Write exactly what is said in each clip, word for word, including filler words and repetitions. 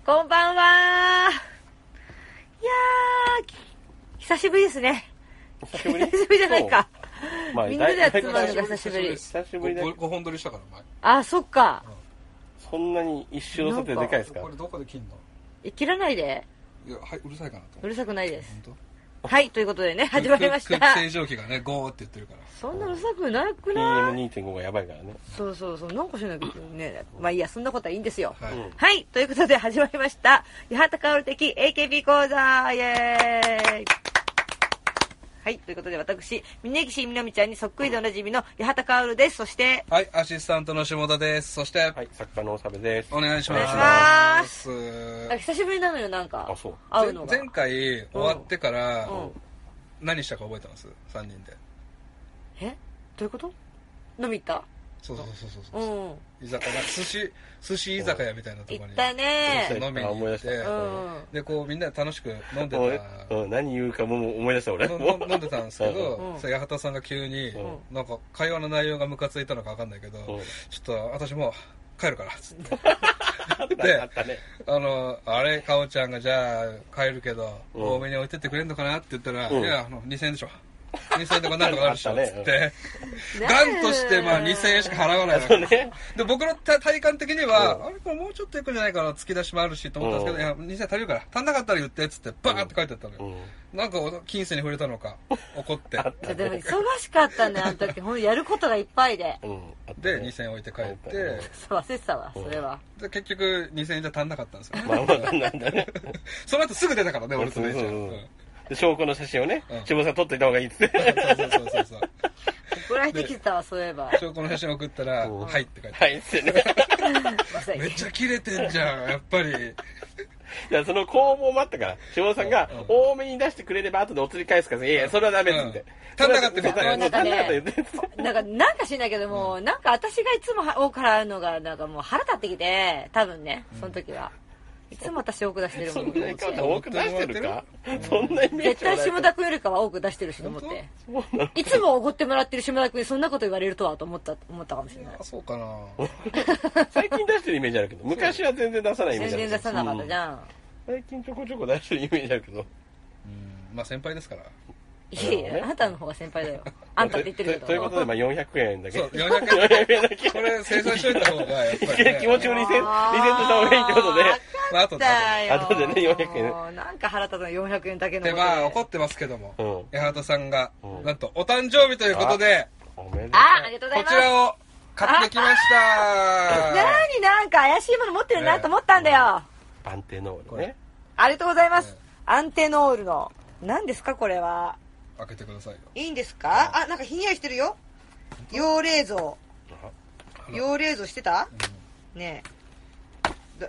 こんばんは。いやー、久しぶりですね。 久しぶり久しぶりじゃないか。 まあ、 みんなで集まるのが久しぶり。 久しぶりだ。 ごほん撮りしたから前。 あ、そっか。 そんなに一周の外ででかいですか？ これどこで切んの？ え、切らないで。 いや、はい、うるさいかなと。 うるさくないです。 本当？ はい、ということでね、始まりました。 空気清浄機がね、ゴーって言ってるから。 そんなうるさくなくピーエないムにてんご がやばいからね。 そうそうそう、なんかしないけどね。まあいいや、そんなことはいいんですよ。 はい。 はい、ということで始まりました。八幡薫的 エーケービー 講座イエーイ。はい、ということで私、峯岸みなみちゃんにそっくりでおなじみの八幡薫です。そして、 はい、アシスタントの下田です。そして、 はい、作家のおさべです。 お願いします。 お願いします。 久しぶりなのよ、なんか。 あ、そう。 会うのが。 前回終わってからうんうん、 何したか覚えてます？さんにんで。 え、どういうこと？飲み行った？ そうそうそうそうそう。 うん。 居酒屋、寿司、寿司居酒屋みたいなところに。 行ったね飲みに行って、 うんで、こうみんなで楽しく飲んでた。 うん、何言うかもう思い出した俺。 のの飲んでたんですけうどん、 それ八幡さんが急にう、 なんか会話の内容がムカついたのかわかんないけど、 うんちょっと私もう帰るから、つって。 あでったね。 あの、あれ、かおちゃんがじゃあ帰るけど、 うん多めに置いてってくれんのかなって言ったら、 うんいや、あの、にせんえんでしょ。にせんえんでこれなんとかなるでしょ、 あったねつって。ガンとして、まあにせんえんしか払わないわけ。 ね。 で、僕の体体感的には、 うんあれ、これもうちょっといくんじゃないかな、突き出しもあるしと思ったんですけど、 うんいや、にせんえん足りるから、足んなかったら言って、つって、バーって書いてあったのよ。 うん。 なんか、金銭に触れたのか、怒って。 あったでも忙しかったんだよ、あの時。ほんとやることがいっぱいで。 うん。あったで、 ねにせんえん置いて帰っうんて、 そう、忘れてたわ、それは。 で、結局、にせんえんじゃ足んなかったんですよ。 まあまあ、なんだね。 その後すぐ出たからね、俺と姉ちゃん。 うんうんで証拠の写真をねうん、 下田さん撮っといた方がいいっつって。 そうそうそうそう。 送られてきてたわ、そういえば。 証拠の写真送ったら、 うんはいって書いてあはい、っつってね。 る。めっちゃキレてんじゃん、やっぱり。 いや、その攻防もあったから、下田さんが多めに出してくれれば後でお釣り返すから、いやいや、それはダメっつって。 うん足んなかったそうみたいな足んなかった言って。 なんか、なんか知んないけども、なんか私がいつも多く払うのが、なんかもう腹立ってきて、多分ね、その時は。いつも私多く出してるもん。 そんなに多く出してるかそんなイメージ絶対下田君よりかは多く出してるしと思って。いつもおごってもらってる下田君にそんなこと言われるとはと思った思ったかもしれないあ、。そうかな。 最近出してるイメージあるけど、昔は全然出さないイメー全ジある。 然出さなかったじん。 ゃん。 最近ちょこちょこ出してるイメージあるけど。 うん、まあ先輩ですから。 いやいや、あなたの方が先輩だよ。あんたって言ってるけど。 ということで、まあよんひゃくえんだけ。 そう、よんひゃくえん。 だけ。 これ、生産しといた方が、やっぱり、ね。 気持ちをリセリセットした方がいいってことで。 まあ、後で。 だよ後でねよんひゃくえんもうなんか腹立つのよんひゃくえんだけのこで、 とで。 まあ、怒ってますけども、 うん八幡さんが、 うんなんと、お誕生日ということで、 おめでとう。 あ、ありがとうございこます。 ちらを買ってきました。 なになんか怪しいもの持ってるなと思ったんだよ。 アンテノールね。 ありがとうございますね。 アンテノールの。何ですかこれは。 開けてくださいよ。 いいんですか？あ、なんかひんやりしてるよ。用冷蔵。 ら用冷蔵してた？ねえ。どあ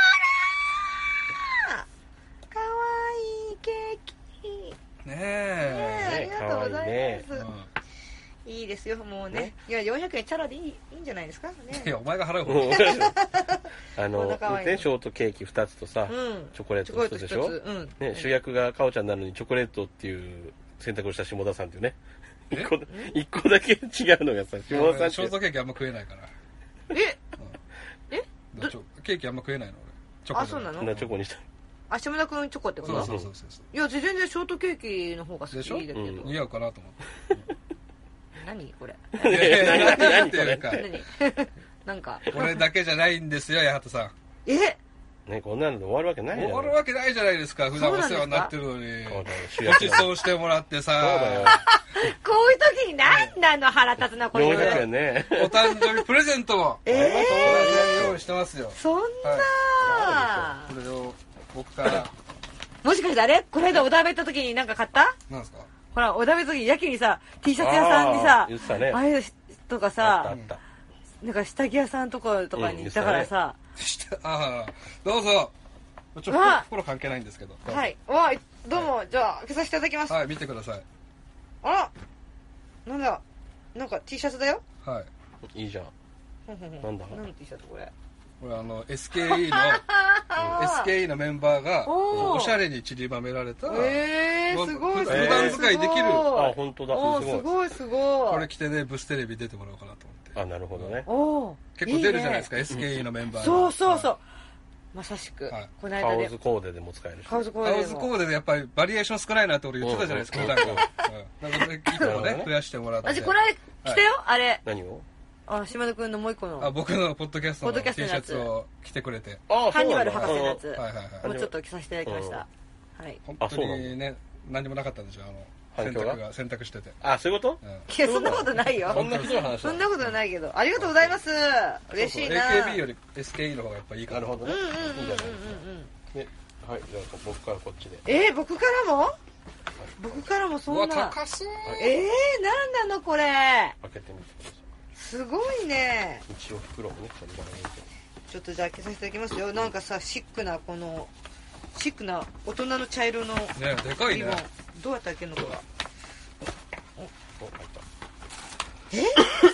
らーかわいいケーキ。 ねねえ。 え、ありがとうございます。 うんいいですよ、もうねね。 いや、よんひゃくえんチャラでいいいいんじゃないですかね。 いや、お前が払ううん方。 あの、 こんな可愛いね、ショートケーキふたつとさ、 うんチョコレートひとつでしょチョコレートひとつうんね、主役がかおちゃんなのにチョコレートっていう選択をした下田さんっていうね。一個だ一個だけ違うのがさ、下田さんってショートケーキあんま食えないから。 ええだちょケーキあんま食えないの俺。チョコあ、 じゃないそうなのなチョコにした。 あ、下田くんチョコってことそうそうそうそうそいや、全然ショートケーキの方が好きでしょだけど。 うんう。似合うかなと思って。 何これいやいや何何っていうか、 何なんか。 俺だけじゃないんですよ、八幡さん。 えね、こんなので終わるわけないじゃん。 終わるわけないじゃないですか。普段お世話になってるのに。 そうだよ主ご役馳走してもらってさ。 そうだよ。 こういう時に何なの腹立つな、これ。 よんひゃくえんね。 お誕生日プレゼントも。 えープレゼン用意してますよ。 そんなこれを僕から。 もしかしてあれこの間おだべった時になんか買ったなんですか？ ほら、おだべった時にやけにさ、T シャツ屋さんにさあー言ってたね、 ああいうとかあったさあっ、た。 なんか下着屋さんとかとかに行ったからさ、 してああ、どうぞ。ちょっとわ袋関係ないんですけど。 はい。わどうも、じゃあ、開けさせていただきます。 はい、見てください。 あらなんだなんか T シャツだよ。 はい。 いいじゃん。 ほんほんほんなんだ何の T シャツこれ。 これあの エスケーイー の エスケーイー のメンバーがおーおしゃれに散りばめられた、 えー、すごいすごい。 普段使いできるあ、本当だ。 おー、 すごい。 すごいすごい。 これ着てねブステレビ出てもらおうかなと思って。 あ、なるほどね。 おー結構出るじゃないですか。 いいねエスケーイー のメンバーが。 そうそうそう。 まさしく、 はいこの間でカオズコーデでも使えるし。 カオズコーカオデでもズコーデでやっぱりバリエーション少ないなって俺言ってたじゃないですか、 うん普段から。うんだからいっこもね、増やしてもらって。 私この間来たよ、あれ何を？ あ島田君のもう一個のあ、僕のポッドキャストのポッド T シキャストのやつャツを着てくれて。 ああ、 ハンニバルそうなんだ博士のやつ、 はいはいはい。 もうちょっと着させていただきました、はい本当にね、何もなかったんでしょ、あの、洗反響が濯が、洗濯してて。 あ、そういうこと？ うんいやそんなことないよそんなひどい話そんなことないけどありがとうございます嬉しいな。 そうそう エーケービー より エスケーイー の方がやっぱいいかな。 なるほどね。 うんうんうんうんうんいいんじゃないですか。ね、はい、じゃあ僕からこっちで。 えー、僕からも僕からもそうわ、 んな高そう。 えー、なんなのこれ開けてみてくださすごいね。 い。一応袋もね、これからね。 ちょっとじゃあ開けさせていただきますよ。なんかさシックなこのシックな大人の茶色のね、でかいねリボン。どうやって開けるのこれお、開いた。 ち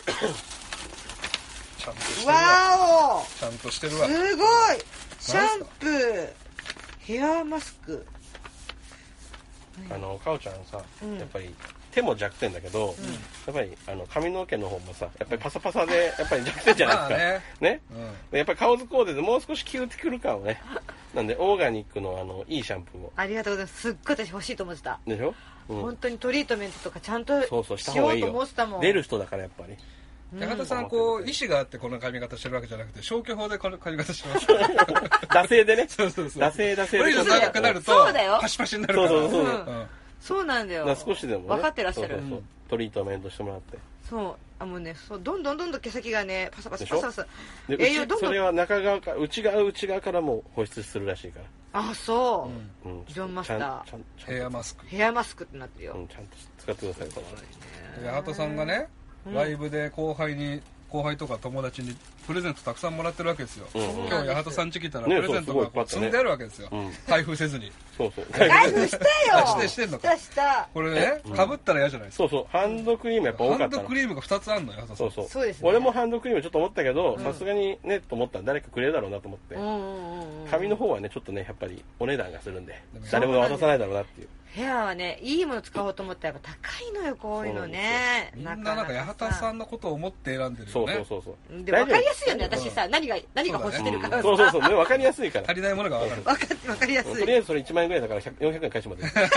ゃんとしてるわ。 わちゃんとしてるーおわ。 すごいシャンプーヘアマスクあの、かおちゃんさ、 うんやっぱり手も弱点だけど、やっぱりあの髪の毛の方もさ、やっぱりパサパサで、やっぱり弱点じゃないですか。 まあねね。 うん。 やっぱりカオズコーデでもう少しキューティクル感をね。なんで、オーガニックのあの、いいシャンプーを。 ありがとうございます。すっごい私欲しいと思ってた、 でしょ？うん本当にトリートメントとかちゃんとそうそう、したしようと方がいいよ思ってたもん。 出る人だからやっぱり。 八幡さん、こう、意思があってこの髪型してるわけじゃなくて、消去法でこの髪型してます。 惰性でね。 そうそうそう。 惰性惰性これ以上長くなると、 そうだよパシパシになるから。 そうそうそううんそうなんだよ。 だから少しでもね。 分かってらっしゃる。 そうそうそうトリートメントしてもらって。 そうあもうねそうどんどんどんどん毛先がねパサパサでしょパサパサ。 で、 栄養どんどん内それは中側か、内側内側からも保湿するらしいから。 あそう、 うん。 ジョンマスターちゃんちゃんちゃんヘアマスク。 ヘアマスクってなってるよ、 うん、ちゃんと使ってください。これ八幡さんがね、ライブで後輩に、後輩とか友達にプレゼントたくさんもらってるわけですよ。 うんうん今日八幡さん家来たらプねレゼントがこう積んであるわけですようん。 開封せずに。 そうそう。 開封してよあしてしてんのかしたしたこれね、被ったら嫌じゃないですか。 そうそう。ハンドクリームやっぱ多かハンったのドクリームがふたつあんのよ、八幡さん。 そうそう。 そうですね俺もハンドクリームちょっと思ったけど、さすがにね、と思ったら誰かくれるだろうなと思ってうん。うんうんうん紙の方はね、ちょっとね、やっぱりお値段がするんででも、 誰も渡さないだろうなっていう。 ヘアはねいいもの使おうと思ったらやっぱ高いのよこういうのねみんななんか八幡さんのことを思って選んでるそうよね。 そうそうそう。 で分かりやすいよね大丈私さ何が何が欲してるかさ夫そうそうそう。ね、わかりやすいから。 足りないものが分かる。 分かって分かりやすいとりあえずそれいちまん円ぐらいだからひゃくよんひゃくえん返してもらって。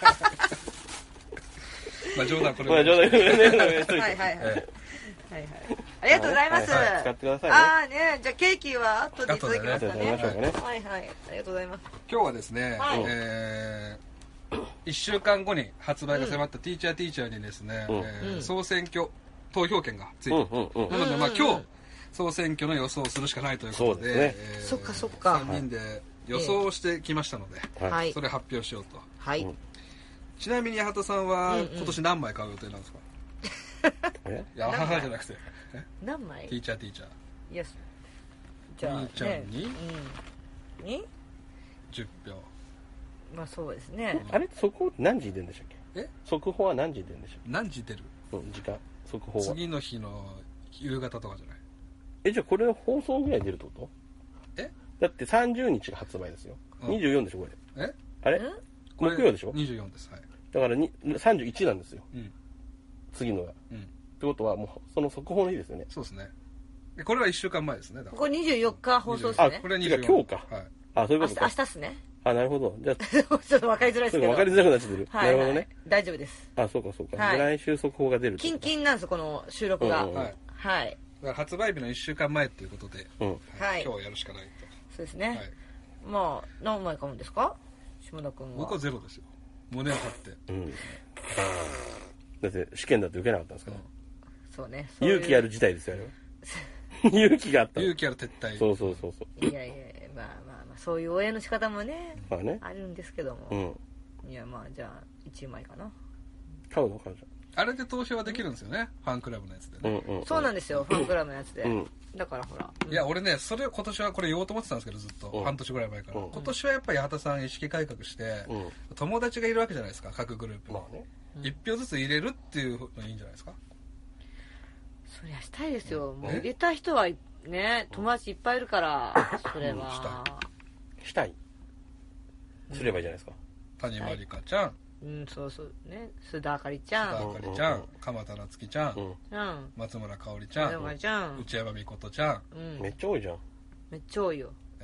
まあ冗談これまあ冗談言うね。 はいはいはいはいはいありがとうございます、 はいはい使ってくださいねああねじゃあケーキは後でいただきますかね後でね後で食べましょうかはいはいありがとうございます今日はですね、 はいえー、いっしゅうかんごに発売が迫ったティーチャーティーチャーにですね、 うんえーうん総選挙投票権がついうんて、 うんうん。 なのでまあうん今日総選挙の予想をするしかないということでそうですねえーそっかそっかさんにんで予想をしてきましたので、 はいはいそれ発表しようと。 はい、 うんちなみに八幡さんはうんうん今年何枚買う予定なんですか、 えいや何枚母じゃなくてえ何枚ティーチャーティーチャーいやじゃあ、ね、 兄ちゃんにうんにじゅっぴょう。 まあそうですねあれ速報何時に出るんでしたっけ？ え速報は何時に出るんでしたっ何時出るけ？うん、時間。速報は。 次の日の夕方とかじゃないえ、じゃあこれ放送ぐらいに出るってこと？ えだってさんじゅうにちが発売ですよ。 うんにじゅうよんでしょ、これ。 えあれんこれ木曜でしょ？ にじゅうよんです。はい。 だからにさんじゅういちなんですよ。 うん。 次のが。っうん。 てことはもうその速報の日ですよね。 そうですね。でこれはいっしゅうかんまえですね。だからここにじゅうよっか放送ですあねこれはにじゅうよん。 違う今日かはい。 あ、そういう明日明ことか。 日っすねあ、なるほど。じゃあ、 ちょっと分かりづらいですけど分かりづらくなっちゃってる。 はいはいなるほどね。 大丈夫ですあ、そうかそうか。 はいで来週速報が出るってキンことか。 キンなんですこの収録が、 うんうんはい。 はいだから発売日のいっしゅうかんまえということで、 うん。 はい今日はやるしかないそうですね、 と。はい。 まあ何枚買うんですか下田君は僕はゼロですよ。胸を張って。 うん。だって試験だって受けなかったんですから。 そうねそういう勇気ある事態ですよ、あれは。勇気があったの。 勇気ある撤退。 そうそうそうそう。 いやいやいやまあまあまあそういう応援の仕方もねまあね。 あるんですけども、 うん。 いやまあじゃあいちまいかな、 買うの買うじあれで投票はできるんですよね。ファンクラブのやつでゃん。うね。 んうんうん。 そうなんですよファンクラブのやつで、 うん。 だからほらいや、俺ね、それを今年はこれ言おうと思ってたんですけど、ずっと。 うん半年ぐらい前から。 うん今年はやっぱり八幡さん意識改革して、 うん。 友達がいるわけじゃないですか、各グループに。 まあね。 一票ずつ入れるっていうのいいんじゃないですか。 そりゃしたいですよもうえ入れた人はね友達いっぱいいるからそれうんはしたい。すればいいじゃないですか。 谷まりかちゃん、 うんそうそうね須田あかりちゃん須田あかりちゃうんん、鎌田夏樹ちゃん、 うん。 うん松村香織ちゃでん、 もちゃん内山美琴ちゃん、 うんめっちゃ多いじゃん。 めっちゃ多いよえ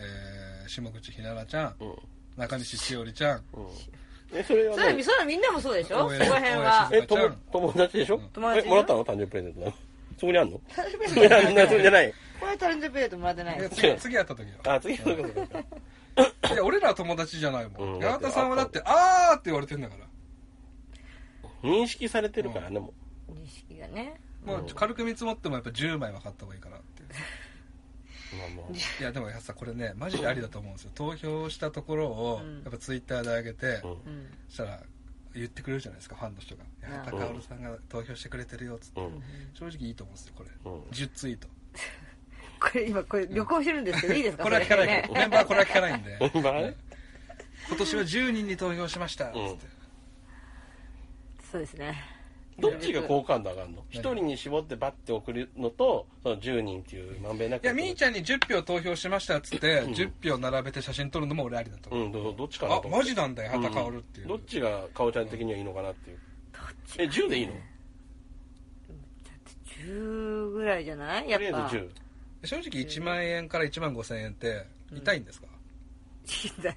えー、下口ひななちゃん、 うん、 中西しおりちゃん、 うんえ、それはそれはそれはみんなもそうでしょ、そこ応援ら辺は。 え、友友達でしょ、 うん友達え、もらったの誕生日プレゼントなのそこにあんの誕生日プレそこにあんのそれじゃない。 これは誕生日プレゼントもらってないです。 で次次会った時よ。 あ、次そうかそうか。 いや、俺らは友達じゃないもん。 うん八幡さんはだって、あーって言われてんだから。 認識されてるからね、も認識がね。 もう軽く見積もってもやっぱじゅうまいは買った方がいいかなっていう。 う。まあまあ。 いやでもやさこれねマジでありだと思うんですよ。投票したところをうんやっぱツイッターで上げて、 うんうん。 そしたら言ってくれるじゃないですかファンの人が「 うん八幡薫さんが投票してくれてるよ」っつって、 うん。 正直いいと思うんですよこれ、 うんじゅうツイート。 これ今これ旅行してるんですけどいいですか？ これは聞かないそからメンバーこれは聞かないんでメンバーね今年はじゅうにんに投票しましたっつって、 うんそうですね。 どっちが好感度上がるの一人に絞ってバッて送るのと、そのじゅうにんっていうまんべんなく。 いやみーちゃんにじゅっぴょう投票しましたっつって、 んじゅっぴょう並べて写真撮るのも俺ありだと思う、 うん、どどっちかなあと思って。 マジなんだよ八幡薫っていう、 どっちがかおちゃん的にはいいのかなっていう。 どっちえ、じゅうでいいのだってじゅうぐらいじゃないやっぱ。 とりあえずじゅう。 正直いちまんえんからいちまんごせんえんって痛いんですか、 生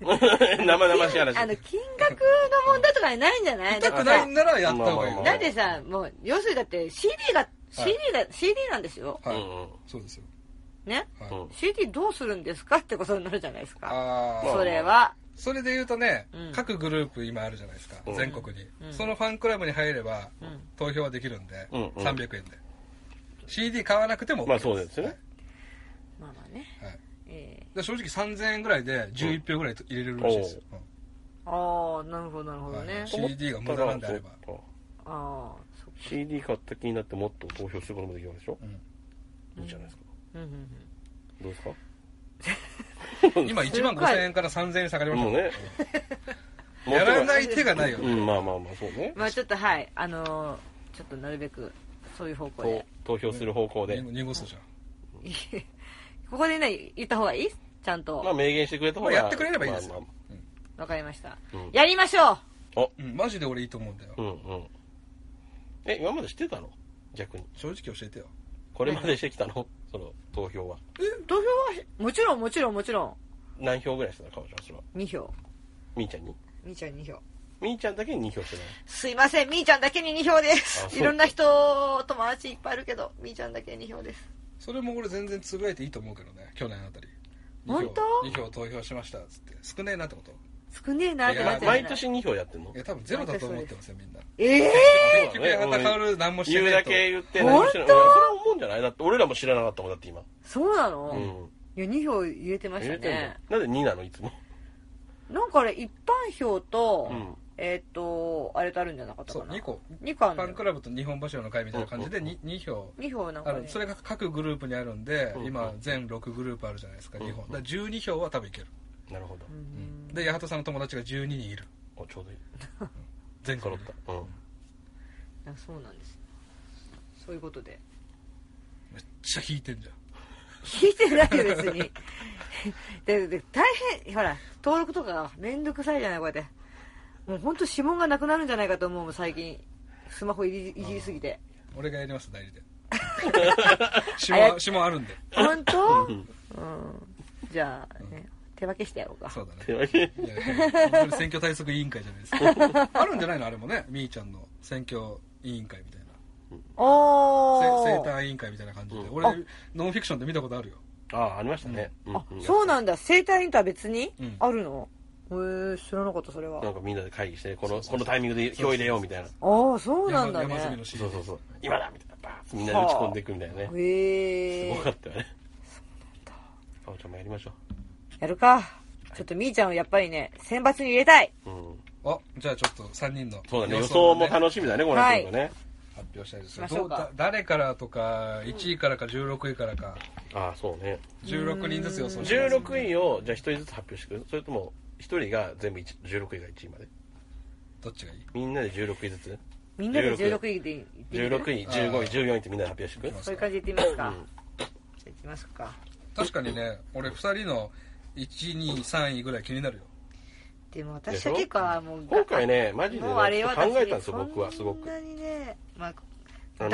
々しい話。 あの金額の問題とかにないんじゃない？ 痛くないんならやった方がいいよ、 まあまあまあだってさ、もう要するにだって シーディー が シーディー だ シーディー なんですよ。 はい、 うんうんそうですよ、 ね。 はいうんシーディー どうするんですかってことになるじゃないですか。 ああ、 まあそれは。 それで言うとね、 うん各グループ今あるじゃないですか、 うん全国に、 うんそのファンクラブに入れば、 うん投票はできるんで、 うんうんさんびゃくえんで シーディー 買わなくても OK まあそうですよねまあまあね。 はいはいえで正直さんぜんえんぐらいでじゅういちぴょうぐらい入れれるらしいですよ、うんー、ああ、なるほどなるほどね。 はい シーディー が無駄なんであれば、 そうかああ、そっか。 シーディー 買った気になってもっと投票することもできるわけでしょうんいいじゃないですか。 うんうんうん。 どうですか今いちまんごせんえんからさんぜんえん下がりましたもうね。 うんやらない手がないよね、 うん、まあまあまあ、そうね。 まあちょっとはい、あのー、ちょっとなるべくそういう方向で。 投票する方向で。 濁すじゃんここでね、言った方がいいちゃんと。 まあ明言してくれた方が。 まあやってくれればいいですよまあまわかりました。 うんやりましょうんマジで俺いいと思うんだよ、 あうんうん。え、今まで知ってたの逆に。 正直教えてよこれまでしてきたのその投票は。 う。投票は、もちろんもちろんもちろん。 何票ぐらいしてたかおちゃん、それは。 に票。 みーちゃんにみーちゃんに票。 みーちゃんだけにに票してない。 すいません、みーちゃんだけにに票ですあ。そういろんな人、友達いっぱいいるけど、みーちゃんだけに票です。 それも俺全然つぶやいていいと思うけどね去年あたり本当に票投票しましたっつって少ねえなってこと少ねえなってなっちゃうじゃない。 毎年に票やってんのいや多分ゼロだと思ってますよみんなええ結局八幡薫何もしてねえと言うだけ言って本当何もしてない。いやそれは思うんじゃないだって俺らも知らなかったもんだって今。 そうなの、 うん。 いや、に票入れてました入れてんね。 のなんでになのいつも。 なんかあれ、一般票と、 うんえーっと、あれとあるんじゃなかったそうかな。 にこにこあるのよ。 ファンクラブと日本柱の会みたいな感じで に, に票に票なんか、ね、 あるそれが各グループにあるんで、 うん今全ろくグループあるじゃないですか、 うん日本だからじゅうに票は多分いける、 なるほどう。んで八幡さんの友達がじゅうににんいるお、ちょうどいい。 全国揃った。うん。 いやそうなんです。そういうことで。 めっちゃ引いてんじゃん聞いてないよ、別に。でで大変、ほら、登録とかめんどくさいじゃない、こうやって。もう本当指紋がなくなるんじゃないかと思うもん、最近。スマホいじいじりすぎて。 俺がやります代理で指紋指紋あるんで本当うんうん。じゃあ、ね、手分けしてやろうか。 そうだね手分け。 いやいや本当に選挙対策委員会じゃないですかあるんじゃないのあれもねみーちゃんの選挙委員会みたいなおー。 せ生誕委員会みたいな感じで、 うん俺あノンフィクションで見たことあるよああ、ありましたね。 あ、そうなんだ。生体院とは別に、 うんあるのへえ、知らなかった、それは。 なんかみんなで会議して、この、 そうそうそうこのタイミングで票入れようみたいな。 ああ、そうなんだ山山積みのね。 シーンそうそうそう。今だみたいな。バーッみんなで打ち込んでいくみたいなね。 へえ。 すごかったよね。かおちゃんもやりましょやるか。ちょっとみーちゃんをやっぱりね、選抜に入れたい。 う。うん。 あじゃあちょっとさんにんのそうだね。予を想も楽しみだね、こうなってくるとね。 発表したいですしましょうかどうだ誰からとかいちいからかじゅうろくいからかああ、そうね。 じゅうろくにんずつ予想しますじゅうろくいを、じゃあひとりずつ発表してくるそれとも、ひとりが全部じゅうろくいがいちいまで。 どっちがいいみんなでじゅうろくいずつみんなでじゅうろくいでいってみるじゅうろくい、じゅうごい、じゅうよんいってみんなで発表してくるそういう感じでいってみますか。 うんじゃあいきますか。 確かにね俺ふたりのいち、に、さんいぐらい気になるよでも私は結構もう、 今回ね、マジでね、 もうあれは考えたんですよ、僕はすごく。 そんなにね、まあのあ、だ、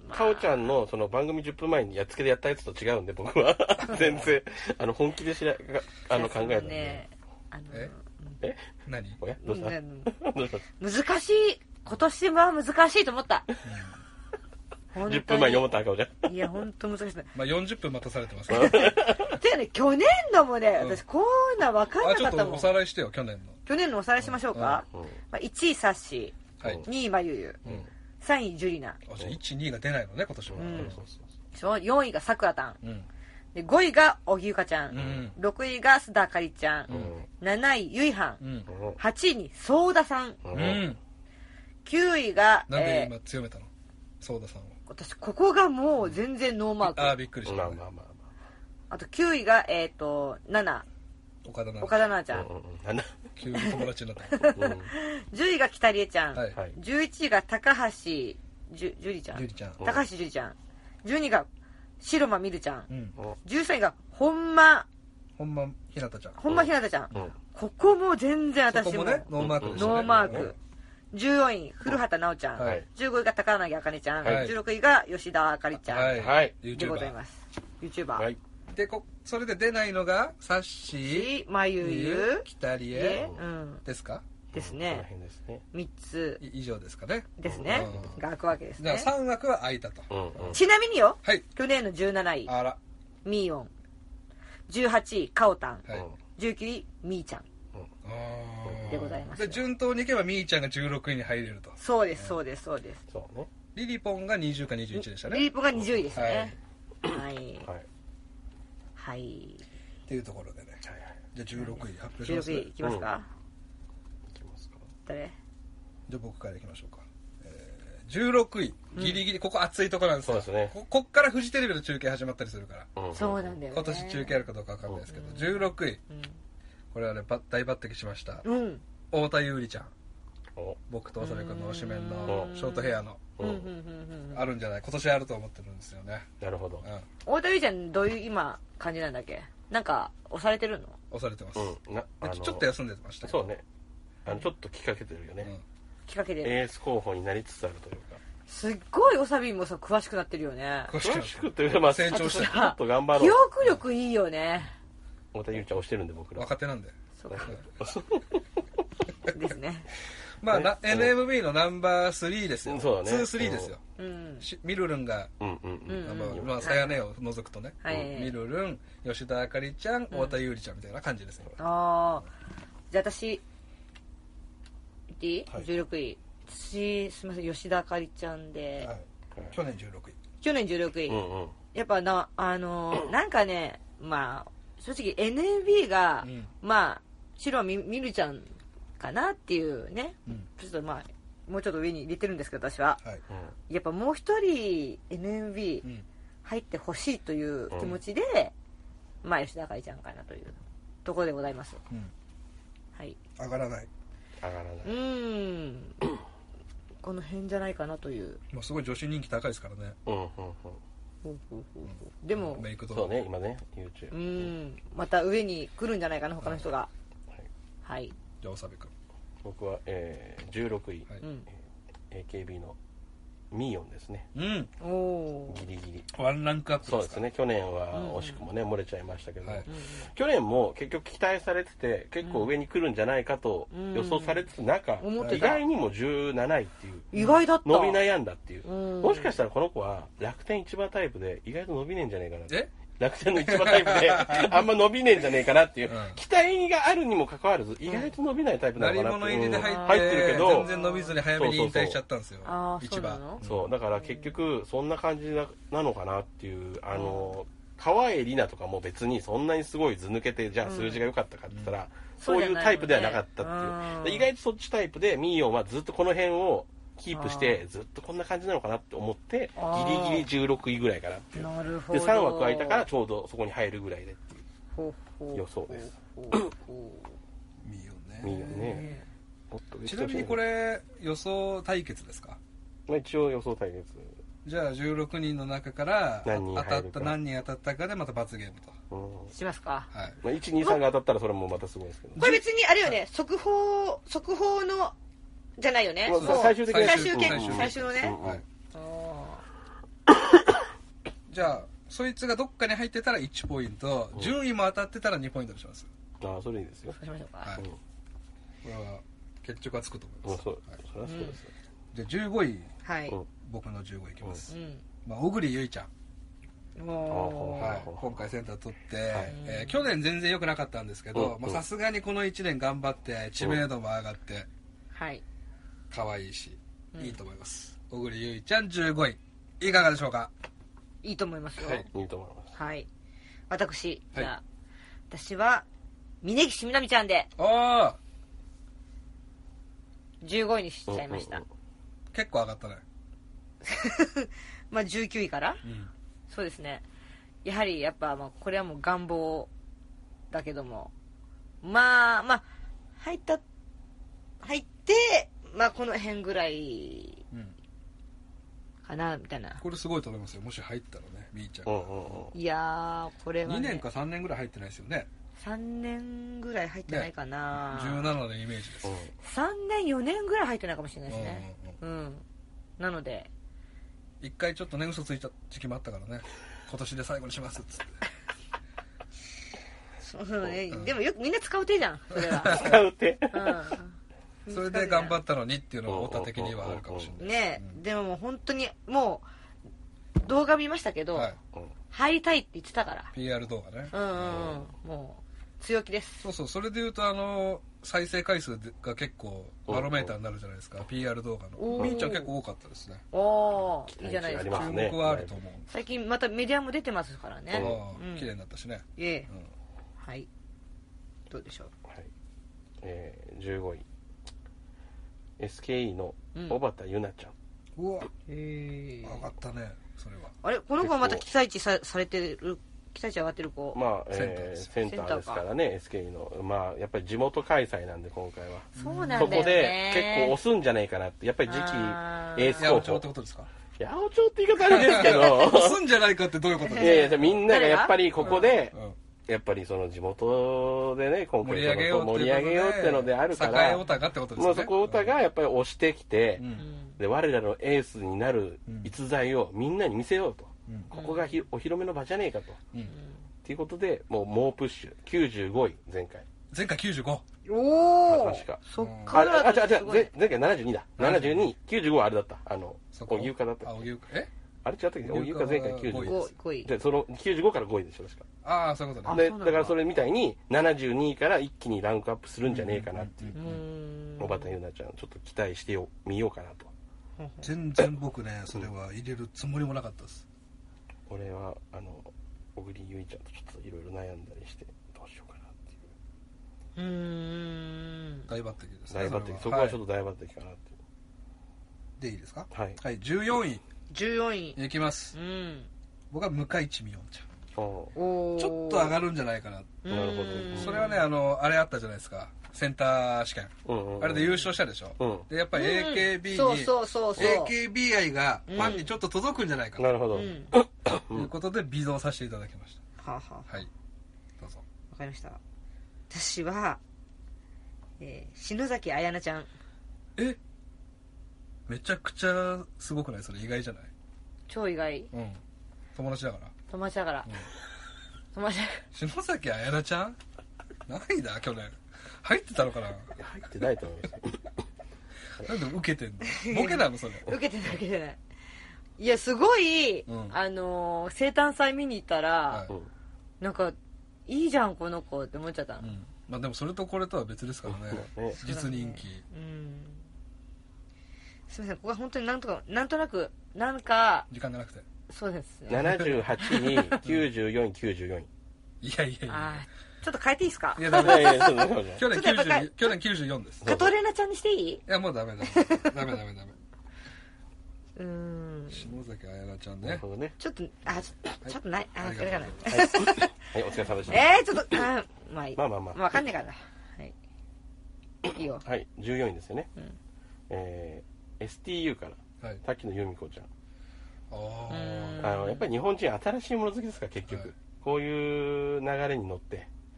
かおちゃんのその番組じゅっぷんまえにやっつけでやったやつと違うんで、僕は全然あの本気でしらあの考えたんで、 ね、あのええ何おやどうした、 うん、 どうした難しい、今年は難しいと思った、 うん、じゅっぷんまえに思った赤尾ちゃん、いや本当難しいです、 まあ、よんじゅっぷん待たされてますからていうね、去年のもね、私こんな分かんなかったもん。 あ、ちょっとおさらいしてよ、去年の去年のおさらいしましょうか、うんうん、まあ、いちいサッシー、はい、にいまゆゆ、うん、さんいジュリナ、 あ、じゃあいち、にが出ないのね今年は、うん、そうそうそう、よんいがさくらたん、うん、でごいがおぎゆかちゃん、うん、ろくいが須田あかりちゃん、うん、なないゆいはん、うん、はちいにそうださん、うん、きゅういがなんで今強めたの、そうださんを。 私ここがもう全然ノーマーク、 ああびっくりした、ね、まあまあまあ、 あときゅういがえっ、ー、となな、 岡田奈々ちゃん、 急に友達になった、うん、 じゅういが北里江ちゃん、 はい、 じゅういちいが高橋じゅジュリちゃん、 ジュリちゃん、 高橋樹里ちゃん、じゅうにいが白間みるちゃん、うん、じゅうさんいが本間本間ひなたちゃん、 本間ひなたちゃん、うん、ここも全然私も、 ここもね、ノーマークでしたね、 ノーマーク、じゅうよんい古畑奈緒ちゃん、はい、じゅうごいが高柳あかねちゃん、はい、じゅうろくいが吉田あかりちゃん、 はい、 でございます。 YouTuber、 はい、 でこそれで出ないのがサッシー、 まゆゆ、 北里江、うん、ですかですね、みっつ以上ですかねですね、うん、が開くわけですね。 じゃあさん枠は開いたと、 うんうん、ちなみによ、 はい、 去年のじゅうなないあらみーよん、じゅうはちいかおたん、はい、じゅうきゅういみーちゃん、うん、でございます。 で順当にいけばみーちゃんがじゅうろくいに入れると。 そうですそうですそうです、 そうね、 リリポンがにじゅうかにじゅういちでしたね。 リリポンがにじゅういですね、はいはい、 はいはい、 っていうところでね、はいはい、じゃあじゅうろくい発表します。 じゅうろくいいきますか、 うん、いきますか、 誰、 じゃあ僕からいきましょうか、えー、じゅうろくいギリギリ、うん、ここ熱いところなんですよ。 そうですね、 こ, こっからフジテレビの中継始まったりするから、 うん、そうなんだよね、 今年中継あるかどうか分かんないですけど、うん、じゅうろくい、うん、これはね大抜擢しました、うん、太田優里ちゃん、僕と長部君の推しメンのショートヘアの、うん、あるんじゃない、今年あると思ってるんですよね。 なるほど、うん、 太田優里ちゃんどういう今感じなんだっけ、なんか押されてるの？ 押されてます、うん、なあのちょっと休んでました。 そうね、あのちょっときかけてるよね、うん、 きかけてる、 エース候補になりつつあるというか、 すっごいおさびもさ詳しくなってるよね。 詳しくっていうか、まあ、 成長してちょっと頑張ろう。 記憶力いいよね。 太田優ちゃん推してるんで僕ら若手なんで。 そうですね。 まあ、ね、エヌエムビー のナンバースリーですよ。 そうだね。 ツー、スリーですよ。 うん、 ミルルンが、 うんうんうん、 まあ、さやねを除くとね、 はい、 ミルルン、吉田あかりちゃん、太田優里ちゃんみたいな感じですね。 うん、ああ、じゃあ私、言っていい、はい、じゅうろくい。私、すみません、吉田あかりちゃんで、 はい、去年じゅうろくい。 去年じゅうろくい。うんうん、やっぱな、あの、なんかね、まあ、正直 エヌエムビー が、うん、まあ、白みみるちゃんかなっていうね、うん、ちょっとまあもうちょっと上に入れてるんですけど私は、はい、やっぱもう一人 エヌエムビー 入ってほしいという気持ちで、うん、まあ吉田あかりちゃんかなというところでございます、うん、はい、 上がらない上がらない、 うーんこの辺じゃないかなという、 もうすごい女子人気高いですからね、 うんうんうん、 ほうほうほうほう、でもメイクとそうね今ね YouTube うんまた上に来るんじゃないかな他の人が、はい、はい、 じゃあ長部君。 僕は、えー、じゅうろくい、はい、えー、エーケービー のミーヨンですね、 うん、 おギリギリワンランクアップですか。 そうですね、去年は惜しくもね、うん、漏れちゃいましたけど、はい、 うん、 去年も結局期待されてて結構上に来るんじゃないかと予想されてた中、うん、意外にもじゅうなないっていう意外だった、 伸び悩んだっていう、 うん、 もしかしたらこの子は楽天一番タイプで意外と伸びねえんじゃねえかなって。 え楽天の一番タイプであんま伸びねえんじゃねえかなっていう、うん、期待があるにもかかわらず意外と伸びないタイプなのかなって、 鳴り物入りで入って、 入ってるけど全然伸びずに早めに引退しちゃったんですよ。一番そうだから結局そんな感じ な, なのかなっていう、あの川栄李奈とかも別にそんなにすごい図抜けてじゃあ数字が良かったかって言ったら、うん、そういうタイプではなかったっていう、意外とそっちタイプでミーヨンはずっとこの辺をキープしてずっとこんな感じなのかなって思ってギリギリじゅうろくいぐらいかなっていう。 なるほど。 でさんわく空いたからちょうどそこに入るぐらいでっていう予想です。 ミーヨンね。 ミーヨンね。 ちなみにこれ予想対決ですか？ まあ一応予想対決。 じゃあじゅうろくにんの中から当たった何人当たったかでまた罰ゲームと、 うん、しますか。 はい。 まあいち、に、さんが当たったらそれもまたすごいですけど。 これ別にあれよね、速報速報のじゃないよね。 最終的に最終結果、最終のね。 はい。 じゃあそいつがどっかに入ってたらいちポイント、うん、順位も当たってたらにポイントにします。 ああ、それいいですよ。 そうしましょうか。 はい、うん、これは決着はつくと思います。 そう、はい、それはそうです。 じゃあじゅうごい、 はい、 僕のじゅうごいいきます。 うん、 まあ、小栗ゆいちゃん。 はい、 今回センター取って、はい、えー、去年全然良くなかったんですけどさすがにこのいちねん頑張って知名度も上がって、 はい、 可愛いし、いいと思います。小栗ゆいちゃんじゅうごいいかがでしょうか。 いいと思いますよ。 はい、いいと思います。 はい。私、じゃあ、はい、私は峯岸みなみちゃんであじゅうごいにしちゃいました。うんうんうん、 結構上がったね。 まあじゅうきゅういから、 うん、 そうですね。やはりやっぱまあこれはもう願望だけども、まあまあ入った入ってまあこの辺ぐらいかなみたいな。 これすごいと思いますよ。もし入ったらね、みーちゃんが。 うんうんうん、 いやーこれは、ね、 にねんかさんねんぐらい入ってないですよね。 さんねんぐらい入ってないかな、 ね、じゅうななのイメージです、うん、 さんねんよねんぐらい入ってないかもしれないですね、うんうんうん、なので一回ちょっとね嘘ついた時期もあったからね、今年で最後にしますっつってそうね、うん、でもよくみんな使う手じゃんそれは使う手、 うん、それで頑張ったのにっていうのが太田的にはあるかもしれないね、うん、でももう本当にもう動画見ましたけど、はい、入りたいって言ってたからピーアール 動画ね、 うんうんうん、もう強気です。 そうそう、それでいうとあの再生回数が結構バロメーターになるじゃないですか、 ピーアール 動画の。みーちゃん結構多かったですね。 おー、いいじゃないですか。 注目はあると思う。 最近またメディアも出てますからね。 うん、綺麗になったしね。 ええ、うん、はい、どうでしょう。 はい、えー、じゅうごい エスケーイー の小畑優奈ちゃん、 うん、うわ、へー、上がったね。それはあれ、この子はまた期待値 さ, されてる期待値上がってる子。 まあ、えー、センターですからね、 エスケーイー の。まあやっぱり地元開催なんで今回はそうなんだよね。 そこで結構押すんじゃないかなって。やっぱり次期エース候補。 八百長ってことですか。 八百長って言い方あれですけど押すんじゃないかってどういうことですか。 いやいや、みんながやっぱりここで、うんうん、やっぱりその地元でね、今回盛り上げよう盛り上げようってのであるから、 栄オタがってことですね。 もうそこオタがやっぱり押してきて、うん、で我らのエースになる逸材をみんなに見せようと、うん、ここがひお披露目の場じゃねえかと、うん、っていうことでもう猛プッシュ。きゅうじゅうごい前回。 前回きゅうじゅうご。 おお。 確か。 そっからああ違う違う前回ななじゅうにだ。ななじゅうに、きゅうじゅうごはあれだった。あの荻生だった。 あ、荻生え？ あれ違ったっけ？荻生前回きゅうじゅうご。 ごい。 でそのきゅうじゅうごからごいでしょ確か。 ああ、そういうことね。 でだからそれみたいにななじゅうにいから一気にランクアップするんじゃねえかなっていう。小畑優奈ちゃんちょっと期待してみようかなと。 全然僕ねそれは入れるつもりもなかったです。 俺はあの小栗ゆいちゃんとちょっといろいろ悩んだりしてどうしようかなっていう。 うーん。 大抜擢ですね。 大抜擢。そこはちょっと大抜擢かなっていう。 でいいですか。 はい。 はい。じゅうよんい。 じゅうよんい。 いきます。 うん。 僕は向井地美音ちゃん。 おちょっと上がるんじゃないかな。 なるほど。 それはねあのあれあったじゃないですか。センター試験、うんうんうん、あれで優勝したでしょ、うん、でやっぱり エーケービー に、うん、そうそうそうそう エーケービー 愛がファンにちょっと届くんじゃないかな、 なるほど、 うん、ということで微増させていただきました。 はあ、はあ、 はい、どうぞ。 わかりました。私は、えー、篠崎彩菜ちゃん。 えめちゃくちゃすごくない？それ意外じゃない？ 超意外。 うん、友達だから友達だから、うん、友達だから篠崎彩菜ちゃん何だ去年入ってたのかな。 入ってないと思いますなんで受けてんの？ボケなのそれ。 受けてない受けてない。いやすごい、うん、あのー、生誕祭見に行ったら、はい、なんかいいじゃんこの子って思っちゃったの、うん、 まあでもそれとこれとは別ですからね実人気、 うん、すみませんここは本当になんとかなんとなくなんか時間がなくてそうですねななじゅうはちにきゅうじゅうよんいきゅうじゅうよんいいやいやいやちょっと変えていいですか。 いやダメだ去年きゅうじゅう去年きゅうじゅうよんです。 カトレーナちゃんにしていい？ いやもうダメだダメダメダメうーん篠崎彩菜ちゃんね。 なるほどね。 ちょっとあちょちょっとないあそれがない。 はいお疲れ様でした。 えーちょっとあまあいい。 まあまあまあ。 わかんないから。はい。いいよ。 はいじゅうよんいですよね。え エスティーユー から滝野由美子ちゃん。ああのやっぱり日本人新しいもの好きですから結局こういう流れに乗って。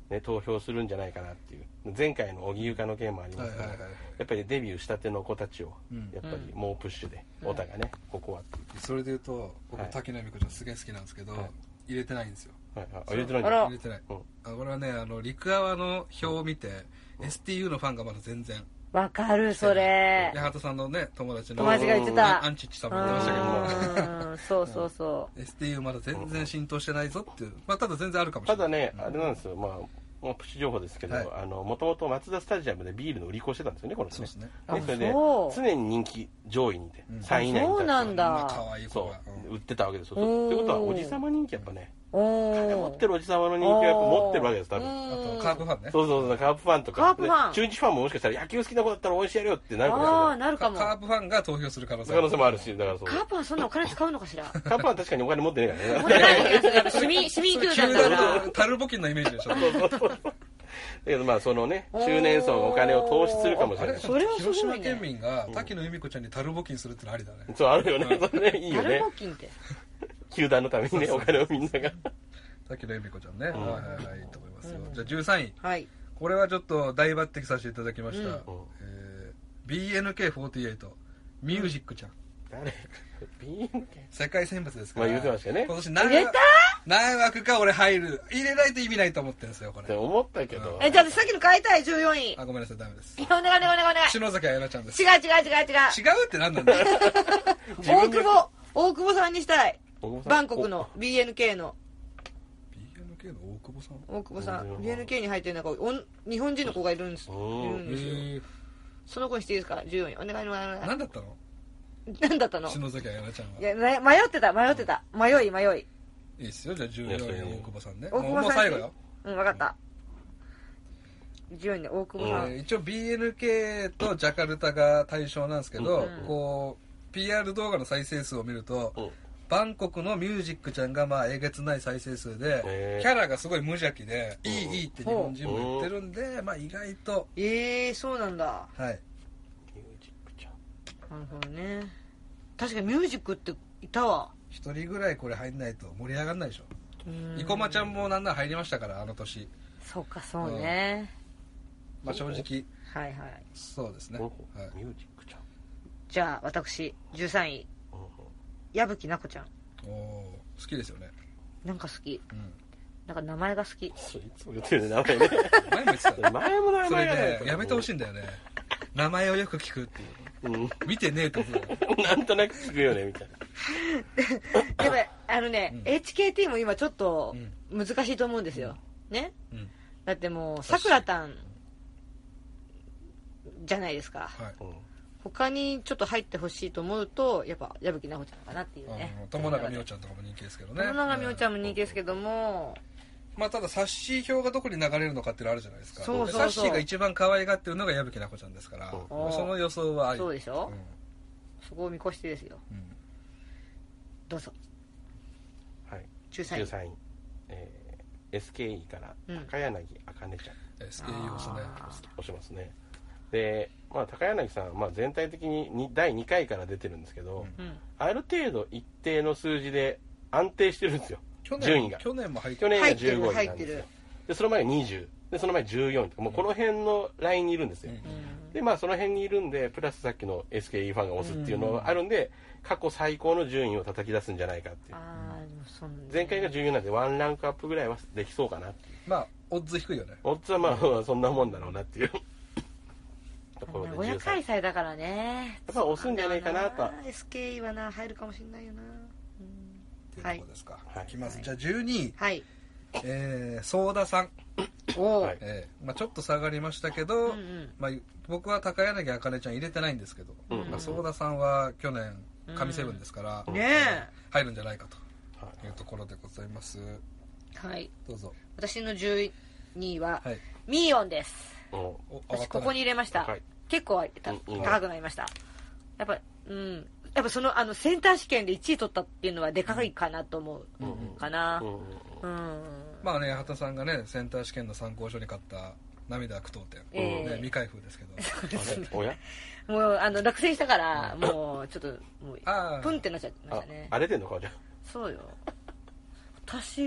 ね、投票するんじゃないかなっていう前回の荻生香の件もありますけど、はいはいはい、やっぱりデビューしたての子たちを、うん、やっぱりもうプッシュで太田、うん、がねここはっていうそれでいうと僕、はい、滝野由美子ちゃんすげえ好きなんですけど、はい、入れてないんですよ、 はいはい、入れてないんだ入れてない、うん、あこれはねあの陸アワの表を見て、うん、エスティーユー のファンがまだ全然わかるそれ八幡さんのね友達の友達が言ってたアンチッチさんも言ってましたけどそうそうそう、 うん、エスティーユー まだ全然浸透してないぞっていう、まあ、ただ全然あるかもしれないただね、うん、あれなんですよまあもうプチ情報ですけど、はい、あのもともとマツダスタジアムでビールの売り子してたんですよねこの人ね。そうですね。でそれで常に人気上位にいて、うん、さんい以内にいた。 そうなんだ。 可愛い子がそう売ってたわけですよ。ということはおじさま人気やっぱね。金持ってるおじさまの人気はやっぱ持ってるわけです多分。 あとカープファンね。 そうそうそうカープファンとか。 カープファン。 中日ファンももしかしたら野球好きな子だったら応援してやるよってなるかもしれない。 ああなるかも。 カープファンが投票する可能性可能性もあるしだからそう。 カープファンそんなお金使うのかしら。 カープファン確かにお金持ってないからね。 持ってないけど市民市民球団だから。 タル募金のイメージでしょ。 そうそうそう。だけどまあそのね中年層がお金を投資するかもしれない。 それはすごいね。 広島県民が滝野由美子ちゃんにタル募金するってのありだね。 そうあるよね。それねいいよね。 タル募金って球団のためにねお金をみんなが。 滝野由美子ちゃんね。はいはいはいいいと思いますよ。じゃあじゅうさんい。 はい。 これはちょっと大抜擢させていただきました。え ビーエヌケーフォーティーエイト ミュージックちゃん。 誰 ビーエヌケー世界選抜ですから。 まあ言うてましたよね。 今年何入れた何枠か俺入る入れないと意味ないと思ってるんですよこれ。 って思ったけど。 えじゃあさっきの変えたいじゅうよんい。 あごめんなさいダメです。 いやお願いお願いお願いお願い。 篠崎彩菜ちゃんです。 違う違う違う違う。違うって何なんだよ。 大久保大久保さんにしたい。バンコクの ビーエヌケー の。 ビーエヌケー の大久保さん。 大久保さん ビーエヌケー に入ってるなんか日本人の子がいるんです。いるんですよ。その子にしていいですかじゅうよんいお願いお願いお願い。 何だったの？ 何だったの？ 篠崎彩菜ちゃんは。 いや迷ってた迷ってた迷い迷い。 いいっすよじゃあじゅうよんい大久保さんね。 大久保さんもう最後よ。 うん分かった。じゅうよんいで大久保さん。 一応 ビーエヌケー とジャカルタが対象なんですけど、こう ピーアール 動画の再生数を見ると。バンコクのミュージックちゃんがまあえげつない再生数でキャラがすごい無邪気でいいいいって日本人も言ってるんでまあ意外とええそうなんだはいミュージックちゃんなるほどね確かにミュージックっていたわ一人ぐらいこれ入んないと盛り上がんないでしょ生駒ちゃんもなんなら入りましたからあの年そうかそうね、 うん、まあ正直はいはいそうですね、はい、 ミュージックちゃんじゃあ私じゅうさんい矢吹奈子ちゃんお好きですよねなんか好き、うん、なんか名前が好きいつも言ってるね名前ね前も言ってた前も名前それねやめてほしいんだよね名前をよく聞くっていう、うん、見てねえと思うなんとなく聞くよねみたいなでもあのね、うん、エイチケーティー も今ちょっと難しいと思うんですよ、うん、ね、うん、だってもうさくらたんじゃないですか、はい、他にちょっと入ってほしいと思うとやっぱ矢吹奈穂ちゃんかなっていうね友永美桜ちゃんとかも人気ですけどね友永美桜ちゃんも人気ですけども、 まあただサッシー票がどこに流れるのかっていうのあるじゃないですかそうそうそうサッシーが一番可愛がってるのが矢吹奈穂ちゃんですから、うん、その予想はありそうでしょ、うん、そこを見越してですよ、うん、どうぞはいじゅうさんい、 じゅうさんい、えー、エスケーイー から高柳茜ちゃん、 うん、エスケーイー 押すね押しますねで、まあ、高柳さんはまあ全体的にだいにかいから出てるんですけど、うん、ある程度一定の数字で安定してるんですよ順位が去年も入ってる去年がじゅうごいなんですよでその前がにじゅうでその前じゅうよんとかもうこの辺のラインにいるんですよ、うん、でまあその辺にいるんでプラスさっきの エスケーイー ファンが押すっていうのがあるんで、うん、過去最高の順位を叩き出すんじゃないかっていうあそん、ね、前回がじゅうよんなんでワンランクアップぐらいはできそうかなっていうまあオッズ低いよねオッズはまあそんなもんだろうなっていう名古屋開催だからねやっぱ押すんじゃないかなとエスケーイー はな入るかもしれないよな、うん、 っていうとこですか、はい、いきます、はい、じゃあじゅうにいはいえー、ソーダさんお、 はいえーまあ、ちょっと下がりましたけど、うんうんまあ、僕は高柳茜ちゃん入れてないんですけど、うんうんまあ、ソーダさんは去年神セブンですから、 うんね、 入るんじゃないかというところでございます。 はいどうぞ。 私のじゅうにいは、はい、ミーオンです。私ここに入れました、はい、結構高くなりました、やっぱうんやっぱそのあのセンター試験でいちい取ったっていうのはでかいかなと思うかな、うんうんうん、まあね八幡さんがねセンター試験の参考書に買った涙句読点、えーね、未開封ですけどそうですね、おやもうあの落選したからもうちょっともうプンってなっちゃいましたね。 荒れてんのかじゃそうよ私を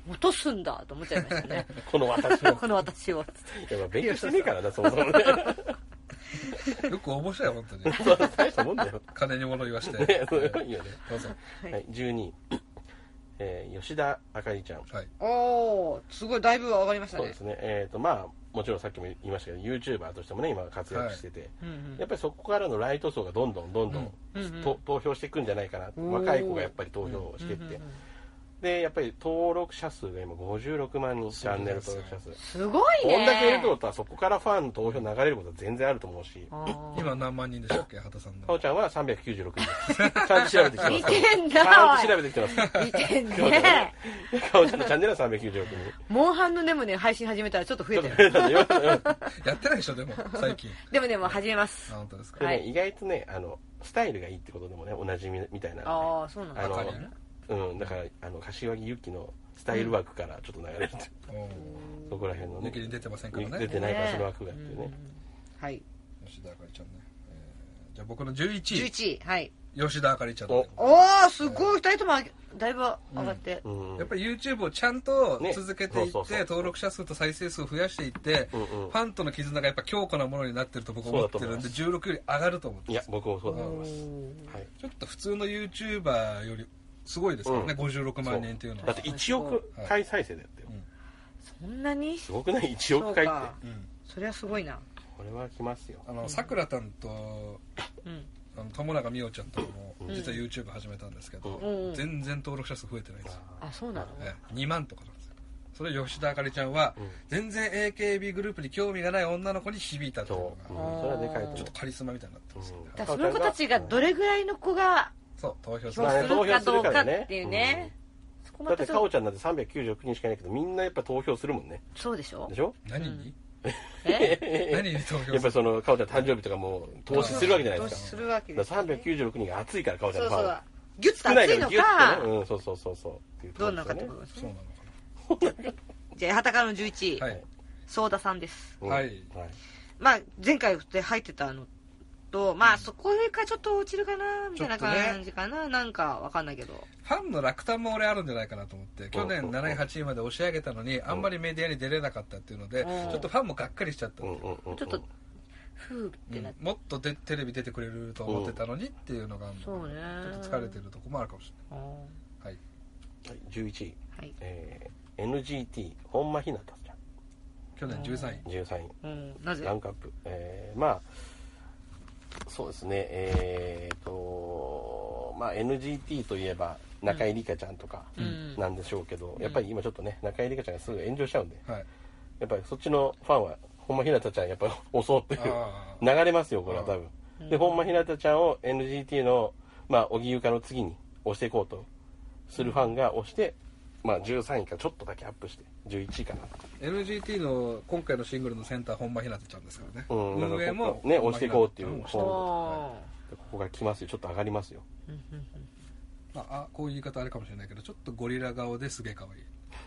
落とすんだと思っちゃいましたね。 この私を。 この私を。 いや、まあ勉強してねえからな、そもそもね。 よく応募したよ、本当に。 そう、大したもんだよ。 金に物言わして。 ね、そういいよね。 どうぞ。 はい、じゅうにい。えー、吉田あかりちゃん。 はい。 おー、すごい、だいぶ上がりましたね。 そうですね。えっ、ー、と、まあ、もちろんさっきも言いましたけど、YouTuber としてもね、今活躍してて、はいうんうん、やっぱりそこからのライト層がどんどんどんどん、うんうん、投票していくんじゃないかな。若い子がやっぱり投票していって。うんうんうんうんで、やっぱり登録者数が今ごじゅうろくまんにん、チャンネル登録者数。 すごいね。 こんだけいるってことは、そこからファンの投票流れることは全然あると思うし。 今何万人でしたっけ、畑さんの。 かおちゃんはさんびゃくきゅうじゅうろくにんです。ちゃんと調べてきてます。 見てんだ。 ちゃんと調べてきてます。 見てんね。 かおちゃんのチャンネルはさんびゃくきゅうじゅうろくにん。 モンハンのネムね、配信始めたらちょっと増えてる。 やってないでしょ、でも、最近。 でもね、もう始めます。 あ、本当ですか。 でね、意外とね、あの、スタイルがいいってことでもね、おなじみみたいな。 ああ、そうなんだ。 あの、うん、だから、あの、柏木由紀のスタイル枠からちょっと流れるって、うん、そこら辺のね。 抜きに出てませんからね。 出てないからその枠がっていうね。 はい。 吉田あかりちゃんね。えー、じゃあ僕のじゅういちい。 じゅういちい、はい。 吉田あかりちゃん。 おお、すごい、二人ともだいぶ上がって、 うんうん。やっぱり YouTube をちゃんと続けていって、ね、登録者数と再生数を増やしていって、うんうん、ファンとの絆がやっぱ強固なものになってると僕は思ってるんで、じゅうろくより上がると思ってます。 いや、僕もそうだと思います。 はい、ちょっと普通の YouTuber よりすごいですからね、うん、ごじゅうろくまんにんっていうのは。 だっていちおく回再生だよってよ、 はい、そんなにすごくない？いちおく回って。 そ, うん、それはすごいな。 これはきますよ。 あのさくらたんと、うん、あの友永美桜ちゃんとも実は YouTube 始めたんですけど、うん、全然登録者数増えてないんですよ。 あ、そうなの？ えにまんとかなんですよ。それ吉田あかりちゃんは、うん、全然 エーケービー グループに興味がない女の子に響いたっていうのが、 うん、それはでかいと思う。 ちょっとカリスマみたいになってますよね。 うん、だその子たちがどれぐらいの子がそう投票するかどうかっていうね。 うん、だってかおちゃんなんてさんびゃくきゅうじゅうろくにんしかいないけどみんなやっぱ投票するもんね。 そうでしょ。 でしょ？ 何に？ え？ 何に投票する？ やっぱりそのかおちゃん誕生日とかも投資するわけじゃないですか。 投資するわけです。 さんびゃくきゅうじゅうろくにんが熱いからかおちゃんのファン。 そうそう。ギュッと熱いのか。 うん、そうそうそうそう。 どうなのかってことですね。 そうなのかな。 じゃあ八幡からのじゅういちい、 はい、 ソーダさんです。 はい。 まあ前回で入ってたのと、まあそこ上からちょっと落ちるかなみたいな感じかな、ね、なんかわかんないけど。 ファンの落胆も俺あるんじゃないかなと思って、去年なないはちいまで押し上げたのにあんまりメディアに出れなかったっていうので、ちょっとファンもがっかりしちゃったんですよ。 ちょっとふーってなって、 うん、もっとでテレビ出てくれると思ってたのにっていうのがあるので、 そうね、 ちょっと疲れてるとこもあるかもしれない。はい。 じゅういちい、 はい、 えー、エヌジーティー 本間ひなたちゃん。 去年じゅうさんい。 じゅうさんい。 うん、なぜ？ ランクアップ。えー、まあそうですね。えーとまあ エヌジーティー といえば中井里香ちゃんとかなんでしょうけど、うん、やっぱり今ちょっとね中井里香ちゃんがすぐ炎上しちゃうんで、はい、やっぱりそっちのファンは本間ひなたちゃんやっぱり襲っていう流れますよこれは多分。で本間ひなたちゃんを エヌジーティー のまあ荻生香の次に押していこうとするファンが押して。まあじゅうさんいからちょっとだけアップしてじゅういちいかな。 エヌジーティー の今回のシングルのセンター本間ひなたちゃんですからね。 うん、運営もね押していこうっていうフォーム、はい、ここが来ますよ。ちょっと上がりますよ。 まあ、あこういう言い方あれかもしれないけどちょっとゴリラ顔ですげえ可愛い。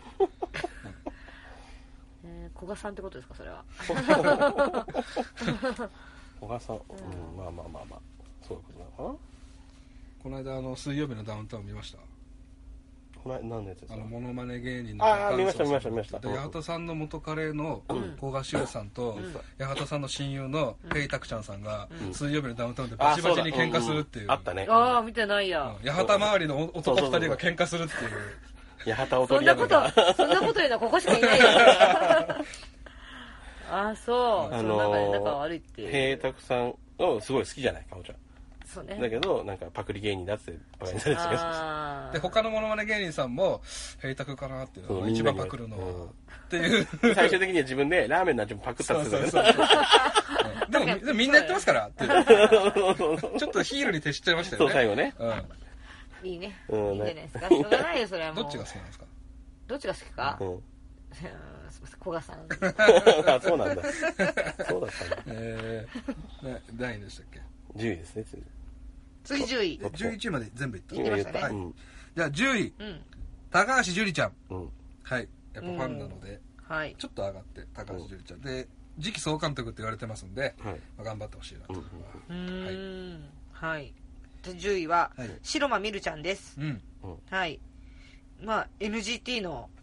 えー、古賀さんってことですかそれは。 古賀さん、うん、まあまあまあまあそういうことなのかな。 この間あの水曜日のダウンタウン見ました？ この何のやつですか？ あのモノマネ芸人のああ見ました見ました見ました。 で八幡さんの元カレの古賀修さんと、うん、八幡さんの親友のペイタクちゃんさんが、うん、水曜日のダウンタウンでバチバチに喧嘩するっていう、 うんうん、あったね。 ああ見てないや。 うん、八幡周りの男ふたりが喧嘩するっていう。 八幡を取り合う。 そんなことそんなこと言うのはここしかいないよ。ああそう。あのー、仲悪いっていう。 ペイタクさんをすごい好きじゃないかおちゃん。 そうね、 だけどなんかパクリ芸人だってバカにされてる。で他のモノマネ芸人さんも平卓かなっていうのが一番パクるのは、うん、っていう最終的には自分でラーメンの味もパクったって言ってたけどでもみんなやってますからっていうちょっとヒールに徹しちゃいましたよね。 そう最後ね、 うん、いいね、うん、いいんじゃないですか。しょうがないよそれはもう。 どっちが好きなんですか？ どっちが好きか、うん古賀さん。 あそうなんだ。そうだったんだ。 えー、何位でしたっけ？ じゅういですね次。 次じゅうい。 じゅういちいまで全部いった。 いきましたね。 はい。じゃあじゅうい、うん、高橋樹里ちゃん、うん、はいやっぱファンなので、うん、はい、ちょっと上がって高橋樹里ちゃん、うん、で次期総監督って言われてますんで、はい、まあ、頑張ってほしいなと、 うん、はい、はい、でじゅういは、はい、白間みるちゃんです、うん、はい、まあ エヌジーティー の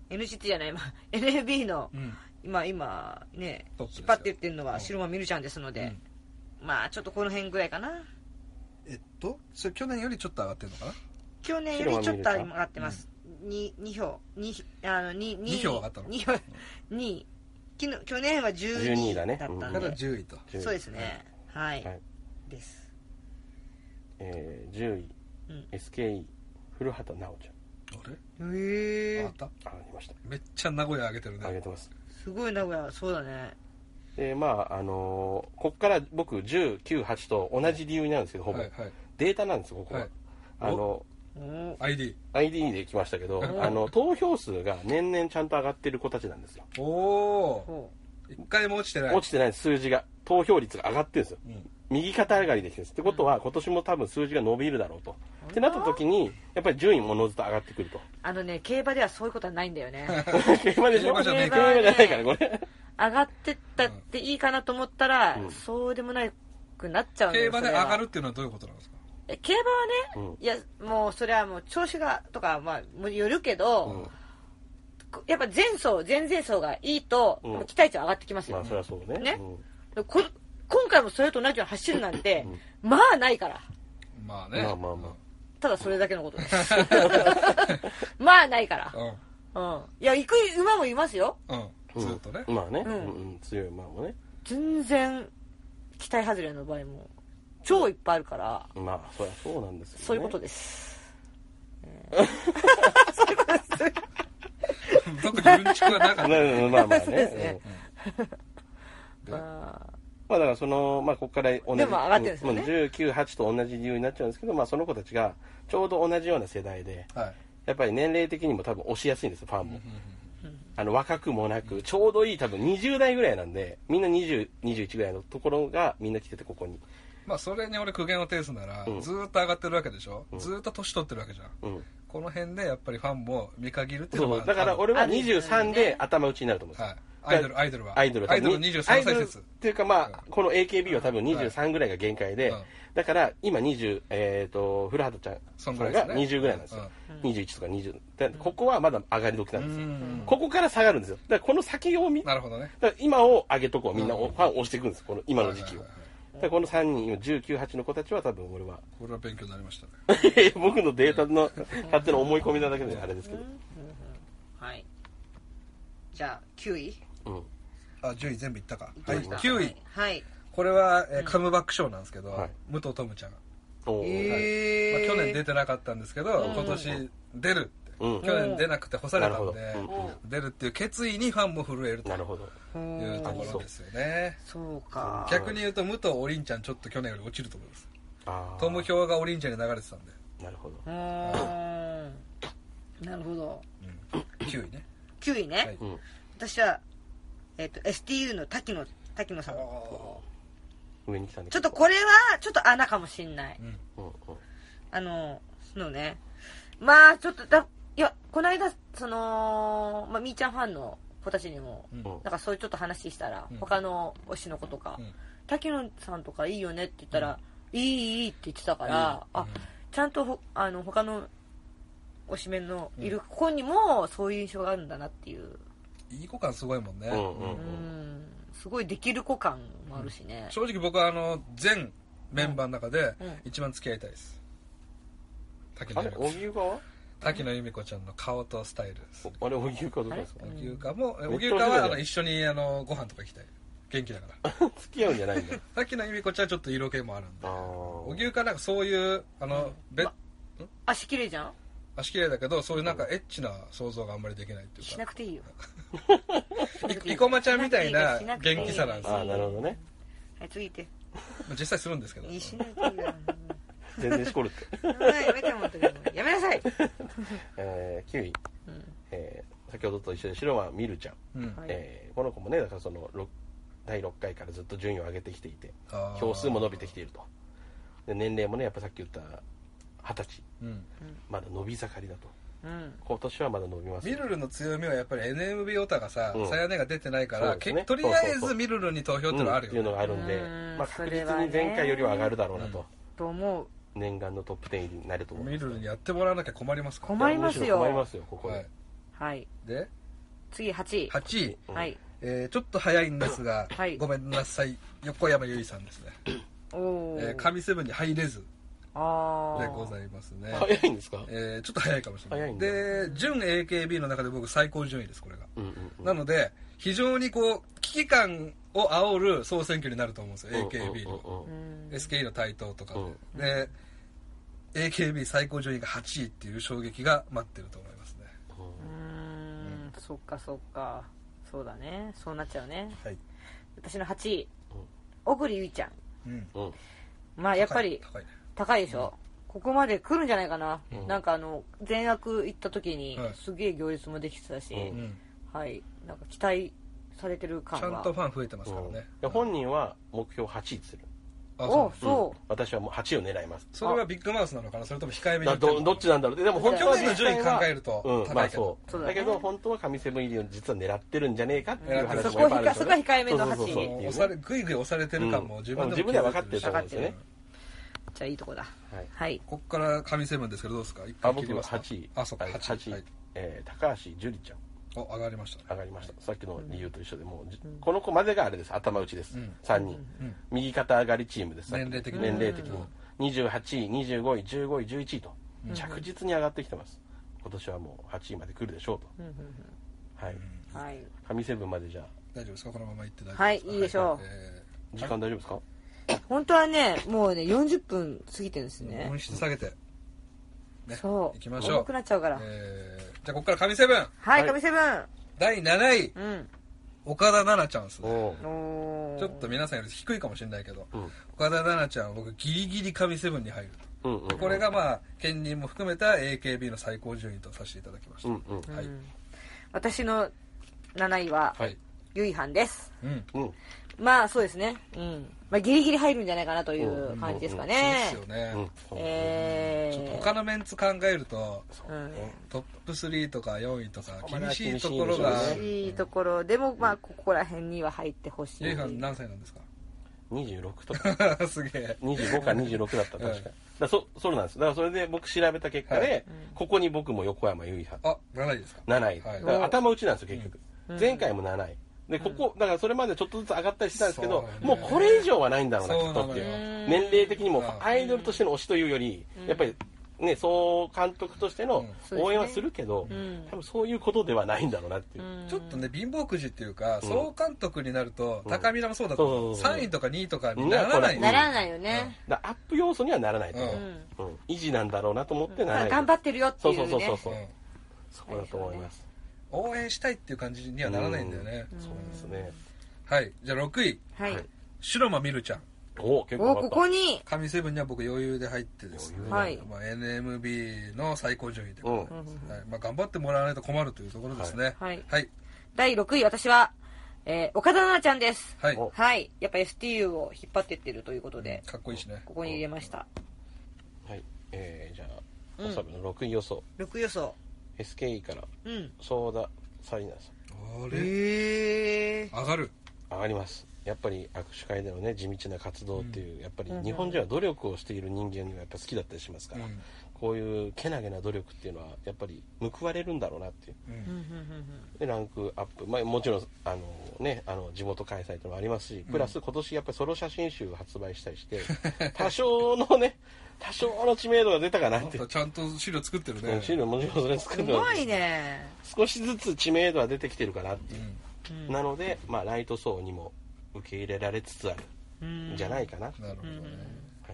エヌシーティー じゃない、まあ、エヌエービー の、 うん、 今今ね引っ張って言ってるのは白間みるちゃんですので、うん、まあちょっとこの辺ぐらいかな。 えっとそれ去年よりちょっと上がってるのかな。 去年よりちょっと上がってます。うん、に, に票 2, あの 2, に票上がったの。 に票、うん、に昨日去年はじゅうにだったんで、 だからじゅういと。 そうですね。はい。はい、です。 えー、じゅうい、うん、エスケーイー 古畑奈緒ちゃん。 あれ？ へえー。 あった？ ありました。 めっちゃ名古屋上げてるね。 上げてます。 すごい名古屋、そうだね。 でまああのー、こっから僕じゅうきゅう、はちと同じ理由になるんですけど、ほぼ、はいはい、データなんですよここは。はい、あのアイディーアイディー で来ましたけど、あの投票数が年々ちゃんと上がってる子たちなんですよ。 おお。一回も落ちてない。 落ちてない数字が投票率が上がってるんですよ。うん、右肩上がりできてるんです。ってことは今年も多分数字が伸びるだろうと。ってなった時にやっぱり順位ものずと上がってくると。 あのね競馬ではそういうことはないんだよね。 競馬でしょ。競馬じゃないからこれ。上がってったっていいかなと思ったら、うん、そうでもなくなっちゃうんだよ。 競馬で上がるっていうのはどういうことなんですか。 競馬はね、うん、いやもうそれはもう調子がとかまあよるけど、うん、やっぱ前走前々走がいいと、うん、期待値は上がってきますよね。 まあそれはそうね。ね、 うん、こ今回もそれと同じように走るなんて、うん、まあないから。 まあね。 まあまあまあ。 ただそれだけのことです。まあないから。うん。うん、いや行く馬もいますよ。 うん。ずっとね。 まあね、うんうん、強い馬もね。 全然期待外れの場合も。超いっぱいあるから。 まあそりゃそうなんですよね。 そういうことです。えー、そういうことです。 特にうんちくはなかった。 まあまあね。 そうですね。 うん、まあだからそのまあここから同じでも上がってるんですよね。 じゅうきゅう、はちと同じ理由になっちゃうんですけど、まあその子たちがちょうど同じような世代で、はい、やっぱり年齢的にも多分押しやすいんですよファンも。あの若くもなくちょうどいい多分にじゅう代ぐらいなんでみんなにじゅう、にじゅういちぐらいのところがみんな来ててここに。 まあそれに俺苦言を呈すなら、うん、ずーっと上がってるわけでしょ、うん、ずーっと年取ってるわけじゃん、うん、この辺でやっぱりファンも見限るっていうのはだから俺はにじゅうさんで頭打ちになると思うんですよ、 はい、アイドルアイドルはアイドルアイドルにじゅうさんさい説っていうかまあ、うん、この エーケービー は多分にじゅうさんぐらいが限界で、うん、だから今にじゅう、えーと古畑ちゃんそれがにじゅうぐらいなんですよ、うん、にじゅういちとかにじゅうでここはまだ上がり時なんですよ、うん、ここから下がるんですよ。だからこの先を見なるほどね。 だから今を上げとこうみんなファンを押していくんですこの今の時期を。このさんにんじゅうきゅう、はちの子たちは多分俺はこれは勉強になりましたね。 僕のデータの勝手な思い込みなだけであれですけど、 はい。じゃあきゅうい、 うん、あじゅうい全部いったか。 はい、 きゅうい、 はい、 これは、えー、カムバック賞なんですけど、はい、武藤智ちゃん、 えーまあ、去年出てなかったんですけど、うん、今年出るうん、去年出なくて干されたんで、うん、出るっていう決意にファンも震えるというところですよね。 そうか。 逆に言うと武藤おりんちゃんちょっと去年より落ちるところです。トム票がおりんちゃんに流れてたんで。 なるほど。 なるほど、 うん、きゅういね。 きゅういね、はい、私は、えー、と エスティーユー の滝野滝野さん上に来たね。 ちょっとこれはちょっと穴かもしんない、うん、あのそのねまあちょっとだいやこの間その、まあ、みーちゃんファンの子たちにも、うん、なんかそういうちょっと話したら、うん、他の推しの子とか、うん、滝野さんとかいいよねって言ったら、うん、いいいいって言ってたから、うん、あちゃんとほあの他の推しメンのいる子にもそういう印象があるんだなっていう、 いい子感すごいもんね、うんうんうん、 すごいできる子感もあるしね、 正直僕はあの全メンバーの中で一番付き合いたいです、 滝野由美子。あれ荻生川滝野由美子ちゃんの顔とスタイルです。 あれ荻生川どうですか？ 荻生川も荻生川はあの一緒にあのご飯とか行きたい。元気だから付き合うんじゃないんだ。 滝野由美子ちゃんはちょっと色気もあるんで、荻生川なんかそういうあのべ、ま、 足綺麗じゃん。 足綺麗だけどそういうなんかエッチな想像があんまりできないっていうか。 しなくていいよ。 生駒ちゃんみたいな元気さなんですよ。 ああなるほどね。 はい次行って。 実際するんですけど。 しなくていいよ。 全然しこるって。 やめてもやめなさい。 えー、きゅうい、うんえー、先ほどと一緒で白はみるちゃん、うんえー、この子もねだからそのだいろっかいからずっと順位を上げてきていて票数も伸びてきていると。で年齢もねやっぱさっき言ったはたち、うん、まだ伸び盛りだと、うん、今年はまだ伸びます。 ミルルの強みはやっぱり エヌエムビー オタがさ、さやねが出てないから、ね、とりあえずミルルに投票っていうのがあるよ、ね、 うん、っていうのがあるんで、まあ、確実に前回よりは上がるだろうなと、うん、 と思う。 念願のトップじゅうになると思います。 ミルルにやってもらわなきゃ困りますか。 困りますよ。 困りますよここで。 はい。はい、 で次はちい。 はちい。 はい。 えー、ちょっと早いんですが、 はい、 ごめんなさい。横山由依さんですね。おー。えー、神セブンに入れず。あでございますね。 早いんですか？ えー、ちょっと早いかもしれない。で、準 エーケービー の中で僕最高順位です、これが。うんうんうん、なので、非常にこう、危機感を煽る総選挙になると思うんですよ、エーケービー の。エスケーイー の台頭とかで。うん、で、エーケービー 最高順位がはちいっていう衝撃が待ってると思いますね。 うーん、うん、そっかそっか。そうだね。そうなっちゃうね。はい。私のはちい、小栗ゆいちゃん。うん。まあ、やっぱり、高い、高いね。高いでしょ、うん、ここまで来るんじゃないかな、うん、なんかあの全枠行った時にすげえ行列もできてたし、うん、はいなんか期待されてる感はちゃんとファン増えてますからね、 うん、本人は目標はちいする。 あそうそう、 うん、私はもうはちいを狙います。 それはビッグマウスなのかな、それとも控えめにどどっちなんだろう。でも本当は去年の順位考えると高いけど、うん、まあそう、だけど本当は神セブン入りを実は狙ってるんじゃねえかっていう話もやっぱあるんですよね。 そこは控えめのはちい、 押されグイグイ押されてる感も自分でも自分では分かってると思うんですよね。 じゃあいいとこだ。 はい。 はい、 ここから神セブンですけどどうですか？一回切りますか？あ、僕はちい。 あ、そうか、はちい。 はい、えー、高橋樹里ちゃん。 お、上がりましたね。 上がりました。さっきの理由と一緒でもう、うん、この子までがあれです。頭打ちです。うん、さんにん、うん。右肩上がりチームです。 年齢的に。 年齢的に。にじゅうはちい、にじゅうごい、じゅうごい、じゅういちいと、うん、着実に上がってきてます。今年はもうはちいまで来るでしょうと。うん、はい。はい。神セブンまでじゃあ。 大丈夫ですか？このまま行って大丈夫ですか？ はい、いいでしょう。はい、 えー、時間大丈夫ですか？ 本当はね、もうね、よんじゅっぷん過ぎてるんですね。 音質下げて。 ね、そう。 行きましょう。 重くなっちゃうから。 えー、じゃあ、ここから神セブン。 はい、神セブン。 だいなない。うん。岡田奈々ちゃんですね。おちょっと皆さんより低いかもしれないけど、うん、岡田奈々ちゃんは僕ギリギリ神セブンに入ると。うんうんうん、これがまあ、兼任も含めた エーケービー の最高順位とさせていただきました。うんうん、はい。 私のなないは、はい、ゆいはんです。うんうん、まあそうですね。うん。まあギリギリ入るんじゃないかなという感じですかね。 そうですよね。えー、ちょっと他のメンツ考えると、うん、トップスリーとかよんいとか厳しいところが。 厳しいところでもまあここら辺には入ってほしい。 ゆいはん何歳なんですか？ にじゅうろくとか。 すげえ。 にじゅうごかにじゅうろくだった確か。だそそうなんです。だからそれで僕調べた結果で、はい、ここに僕も横山由依さん。 あ、なないですか？ なない。はい、だから頭打ちなんですよ結局。うん、前回もなない。でここだからそれまでちょっとずつ上がったりしたんですけど、もうこれ以上はないんだろうなきっとっていう。年齢的にもアイドルとしての推しというより、やっぱりね、総監督としての応援はするけど、多分そういうことではないんだろうなっていう。 ちょっとね貧乏くじっていうか、総監督になると高見田もそうだとさんいとかにいとかにならないならないよね。 だアップ要素にはならないと思う。維持なんだろうなと思ってならない。 頑張ってるよっていうね。 そうそうそうそう。そこだと思います。 応援したいっていう感じにはならないんだよね。 そうですね。 はい、じゃあろくい。はい。白間みるちゃん。 お結構ここに神セブンには僕余裕で入ってですね、はいまあ、エヌエムビー の最高順位で、うんはいまあ、頑張ってもらわないと困るというところですね。はい。はい、 だいろくい私は、えー、岡田奈々ちゃんです。はい。はい。やっぱ エスティーユー を引っ張ってってるということで、 かっこいいしね。 ここに入れました。 はい。えー、じゃあ、おさぶのろくい予想。 ろくい予想。 エスケーイー から、うん、ソーダサリナさん。 あれえー、上がる。上がります。やっぱり握手会でのね地道な活動っていう、うん、やっぱり日本人は努力をしている人間にはやっぱ好きだったりしますから、うん、こういうけなげな努力っていうのはやっぱり報われるんだろうなっていう、うん、でランクアップ、まあ、もちろんあの、ね、あの地元開催というのもありますしプラス今年やっぱりソロ写真集を発売したりして多少のね多少の知名度が出たかなってちゃんと資料作ってるね。 資料もちろんそれ作るのすごいね。 少しずつ知名度は出てきてるかなっていう、うん、なので、まあ、ライト層にも受け入れられつつあるんじゃないかな。なるほどね。 はい、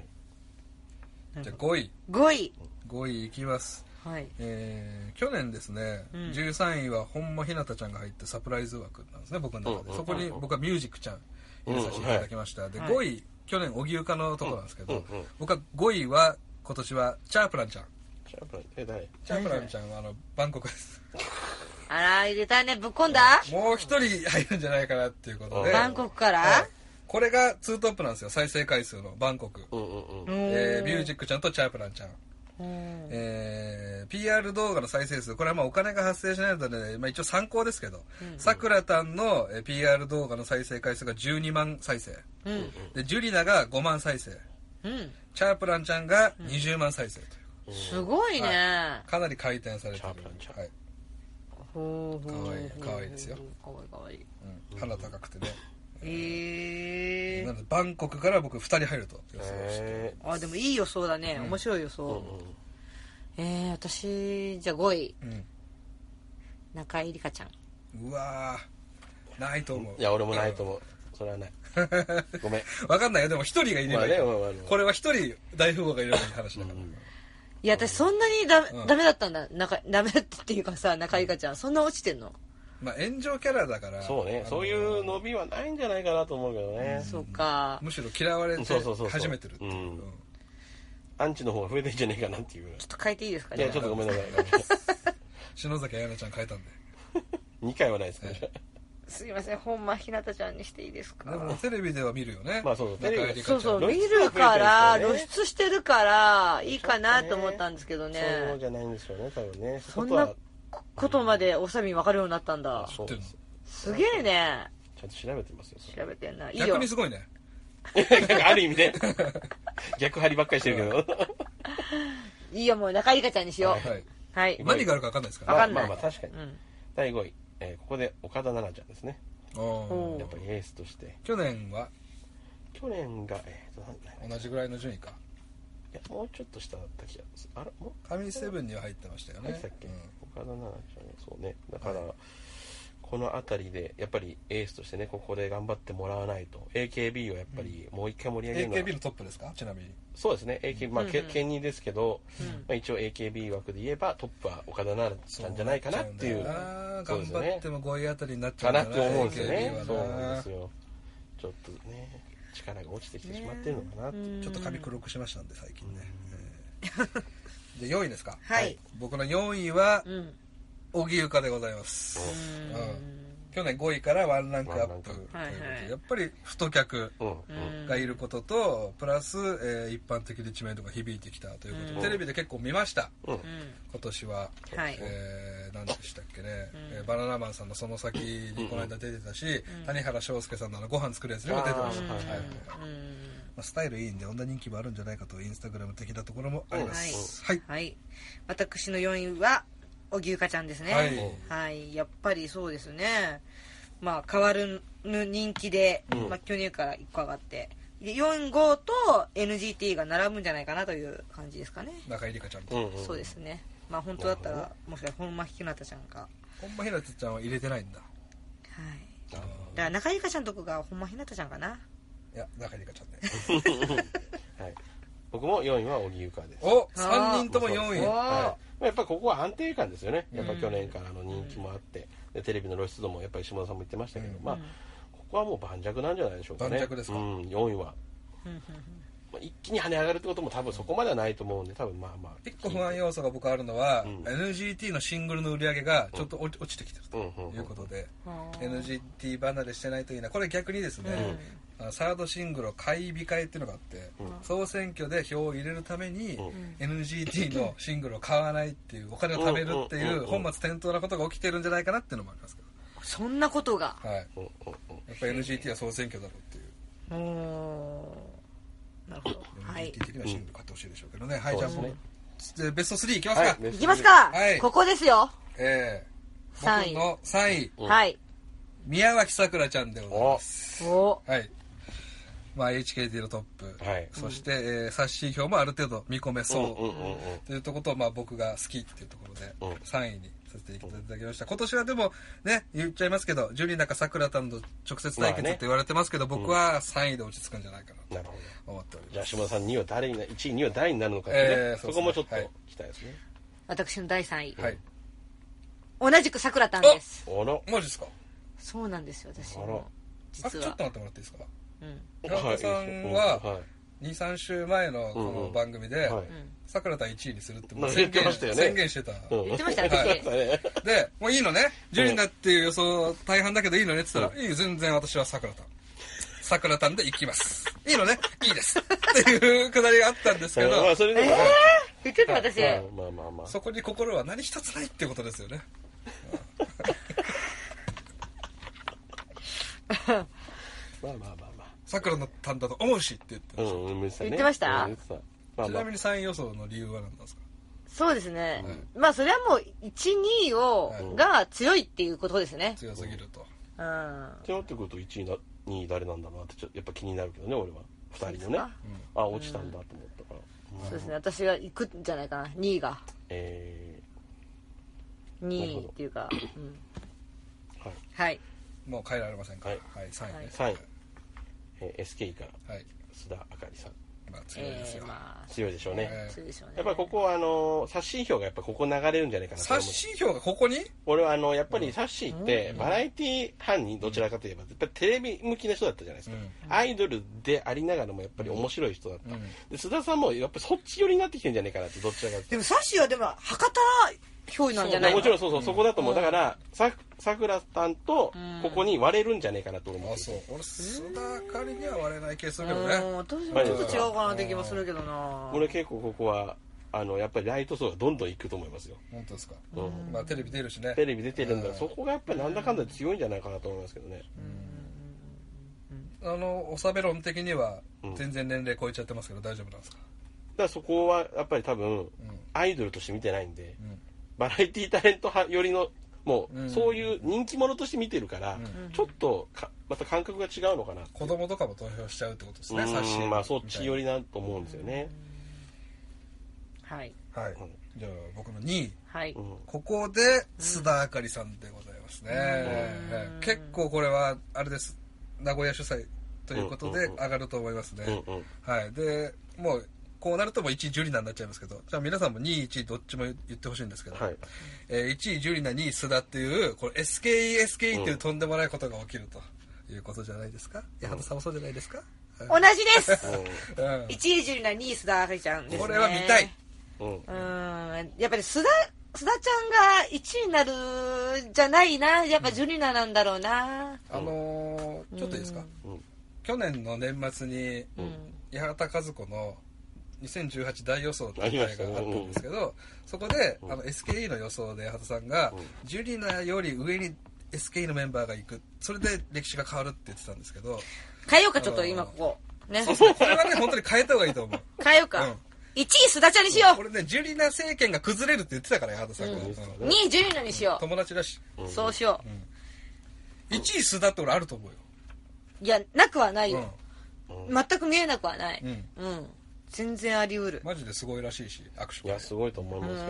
じゃあごい。 ごい。 ごいいきます。はい。えー、去年ですね、うん、じゅうさんいは本間ひなたちゃんが入ってサプライズ枠なんですね、僕の中で。うんうん、そこに僕はミュージックちゃん入れさせていただきました。うんうん、で、はい、ごい、去年荻生家のところなんですけど、うんうん、僕はごいは今年はチャープランちゃん。 チャープラン、え、誰？ チャープランちゃんはあの、バンコクです。 あら、入れたね、ぶっこんだもう一人入るんじゃないかなっていうことで。 バンコクから、 はい、これがツートップなんですよ、再生回数のバンコク。うんうんうんえー、ミュージックちゃんとチャープランちゃん。えー、ピーアール 動画の再生数、これはまあお金が発生しないので、まあ、一応参考ですけど、さくらたんの ピーアール 動画の再生回数がじゅうにまん再生。うん、で、ジュリナがごまん再生。うん、チャープランちゃんがにじゅうまん再生という。 すごいね、 はい、かなり回転されてる。チャープランちゃん。はいほうほうかわいいかわいいですよ。 かわいいかわいい、 うん、鼻高くてね。 へえー、 なのでバンコクから僕ふたり入ると予想して、 えー、あでもいい予想だね、うん、面白い予想、うんうん、えー、私じゃあごい、うん、中井梨花ちゃん。 うわーないと思う。 いや俺もないと思う、それはないごめん分かんないよ。でも一人がいればいい、まあねまあまあ、これは一人大富豪がいればいい話だから、うん、 いや私そんなにダメ、うん、ダメだったんだ。中ダメっていうかさ、中井梨花ちゃんそんな落ちてんの？ まあ炎上キャラだから。 そうね、そういう伸びはないんじゃないかなと思うけどね、 うん、そうか。 むしろ嫌われて始めてるっていう、うん、 アンチの方が増えてんじゃねえかなっていう。 ちょっと変えていいですかね。 いやちょっとごめんなさい篠崎彩菜ちゃん変えたんでにかいはないですか、ね、 すいません、本間ひなたちゃんにしていいですか。 でもテレビでは見るよね。 まあそうそう、テレビそうそう見るから露出してるからいいかなと思ったんですけどね。 そういうのじゃないんですよね多分ね。 そんなことまでおさみ分かるようになったんだ。 そうです。 すげえね。 ちゃんと調べてますよ。 調べてんな。いいよ。 逆にすごいねある意味で逆張りばっかりしてるけどいいよ、もう中井梨花ちゃんにしよう。はい、はい、 何があるか分かんないですから、 ね、分かんない。 まあまあ確かに、うん、だいごい、えー、ここで岡田奈々ちゃんですね。やっぱりエースとして去年は去年が、えー、と同じぐらいの順位か。 いやもうちょっと下だった気がする。あれもう神セブンには入ってましたよね。 入ったっけ、うん、岡田奈々ちゃんそうね。だから、はい、この辺りでやっぱりエースとしてねここで頑張ってもらわないと エーケービー をやっぱりもう一回盛り上げるのは、 うん、エーケービー のトップですかちなみに。 そうですね エーケービー、まあ、うんうん、兼任ですけど、うんまあ、一応 エーケービー 枠で言えばトップは岡田奈々ちゃんじゃないかなっていう。 そうですね、頑張ってもごいあたりになっちゃうんじゃないかなって思うんですよね。そうなんですよ。ちょっとね力が落ちてきてしまってるのかなって、ね、 ちょっと髪黒くしましたんで最近ね、えー、でよんいですか。 はい、 僕のよんいは荻生香でございます。うん、うん去年ごいからワンランクアップということで、はいはい、やっぱり太客がいることとプラス、えー、一般的で知名度が響いてきたということで、うん、テレビで結構見ました、うん、今年は、はいえー、何でしたっけね、うんえー、バナナマンさんのその先にこの間出てたし、うん、谷原章介さんのあのご飯作るやつにも出てました、はいはいまあ、スタイルいいんで女人気もあるんじゃないかとインスタグラム的なところもあります、 はいはいはい、私のよんいは荻生香ちゃんですね。はい、はい、やっぱりそうですね。まあ変わる人気で、うんまあ、去年からいっこ上がってよん、ごと エヌジーティー が並ぶんじゃないかなという感じですかね。 中井梨花ちゃんと、 うんうん、そうですね。まあ本当だったらもしかしたら本間ひなたちゃんか。 本間ひなたちゃんは入れてないんだ。 はいだから中井梨花ちゃんとこが本間ひなたちゃんかな。 いや中井梨花ちゃんねはい僕もよんいは荻生香です。 おさんにんともよんい、 はい、やっぱりここは安定感ですよね。やっぱ去年からの人気もあって、うん、でテレビの露出度もやっぱり下田さんも言ってましたけど、うん、まあここはもう盤石なんじゃないでしょうかね。 盤石ですか、 うん、よんいは一気に跳ね上がるってことも多分そこまではないと思うんで多分まあまあ一個不安要素が僕あるのは、うん、エヌジーティー のシングルの売り上げがちょっと落ちてきてるということで、うん、エヌジーティー 離れしてないといいな。これ逆にですね、うん、サードシングルを買い控えっていうのがあって、うん、総選挙で票を入れるために、うん、エヌジーティー のシングルを買わないっていうお金を貯めるっていう本末転倒なことが起きてるんじゃないかなっていうのもありますけど。 そんなことが、 はい、やっぱり エヌジーティー は総選挙だろうっていう。 おなるほど。 はい。エヌジーティー 的にはシングル買ってほしいでしょうけどね。はい、じゃあもうベストスリーいきますか。 いきますか。 はい。 ここですよ。 えー、さんい。僕のさんい。 はい。 宮脇さくらちゃんでございます。 お。 はい。まあ エイチケーティー のトップ。はい。そして、えー、サッシー票もある程度見込めそう。というところと、まあ僕が好きっていうところで、さんいにさせていただきました。今年はでもね、言っちゃいますけど、ジュリナかさくらたんと直接対決って言われてますけど、僕はさんいで落ち着くんじゃないかなと思っております。 じゃあ下田さんにいは誰にな、いちいにいは誰になるのかってね、えー、そこもちょっと期待ですね。 私のだいさんい。 はい。 同じくさくらたんです。 あら、 マジですか。 そうなんですよ、私も。実は。ちょっと待ってもらっていいですか。 うん。 平田さんはに、さん週前のこの番組でさくらたんいちいにするって宣言してた。 言ってましたね。 で、もういいのね。ジュリナっていう予想大半だけどいいのねって言ったら、いい全然私はさくらたん。さくらたんで行きます。いいのね。いいです。っていうくだりがあったんですけど。 えー、言ってた私。 まあまあまあ。 そこに心は何一つないってことですよね。 まあまあまあまあ。 さくらのたんだと思うしって言ってました。 言ってました。 ちなみにさんい予想の理由は何なんですか。 そうですね、うん、まあそれはもういち、にいを、はい、が強いっていうことですね。 強すぎると。 うん。 ってなってくるといちい、にい誰なんだろうなってちょっとやっぱ気になるけどね、俺は。ふたりのね。うん、あ、落ちたんだと思ったから。 うん、そうですね、私が行くんじゃないかな、にいが。 えー、にいっていうか、うん。 はい。 はい。 もう変えられませんか。はい。はい、さんいです。 さんい。えー、エスケー から、 はい、 須田あかりさん。 まあ強いですよ、 えーまあ、 強いでしょうね、 えー、 やっぱりここはあの刷新票がやっぱここ流れるんじゃないかなと思う。 刷新票がここに？ 俺はあのやっぱり刷新ってバラエティ班にどちらかといえばやっぱりテレビ向きな人だったじゃないですか、うん、アイドルでありながらもやっぱり面白い人だった、うん、で須田さんもやっぱりそっち寄りになってきてるんじゃないかなって。どちらかでもサッシーはでも博多票なんじゃないの？ もちろんそうそう、うん、そこだと思う。だからささくらさんとここに割れるんじゃないかなと思う、うん、 あ、そう。俺須田あかりには割れない気がするけどね。 私もちょっと違うかなって気もするけどな。 俺結構ここはあのやっぱりライト層がどんどんいくと思いますよ。 本当ですか。うん、まあテレビ出るしね。 テレビ出てるんだからそこがやっぱりなんだかんだ強いんじゃないかなと思いますけどね。 うん、あのおさべ論的には全然年齢超えちゃってますけど大丈夫なんですか。だからそこはやっぱり多分アイドルとして見てないんで、うん、バラエティタレント派よりのもうそういう人気者として見てるから、うん、ちょっとかまた感覚が違うのかな。 子供とかも投票しちゃうってことですね。 うん、まあそっち寄りだと思うんですよね。 はい。 はい。じゃあ僕のにい、 はい、 ここで須田あかりさんでございますね。結構これはあれです。名古屋主催ということで上がると思いますね。うんうん、はい。でもうこうなるともういちいジュリナになっちゃいますけど、じゃあ皆さんもにい、いちいどっちも言ってほしいんですけど、はい、えー、いちいジュリナ、にい須田っていうこれ エスケーイーエスケーイー っていうとんでもないことが起きるということじゃないですか。八幡さんもそうじゃないですか。 同じです。うん、いちいジュリナ、にい須田あかりちゃんですね。 これは見たい。 うん、やっぱり須田須田ちゃんがいちいになるじゃないな。やっぱジュリナなんだろうな。 あのー、ちょっといいですか、うん、去年の年末に、うん、八幡和子のにせんじゅうはち大予想っていう会があったんですけど、そこであの エスケーイー の予想で八幡さんが、うん、ジュリナより上に エスケーイー のメンバーが行く、それで歴史が変わるって言ってたんですけど、 変えようかちょっと今ここね。 そうそう、これはね本当に変えた方がいいと思う。 変えようか、うん、いちい須田ちゃんにしよう。 これねジュリナ政権が崩れるって言ってたから八幡さんが、 うん、にいジュリナにしよう。 友達だし、 うん、そうしよう、うん、いちい須田って俺あると思うよ。 いやなくはないよ、うん、全く見えなくはない、うん、うん、全然あり得る。 マジですごいらしいし握手。 いやすごいと思いますけど、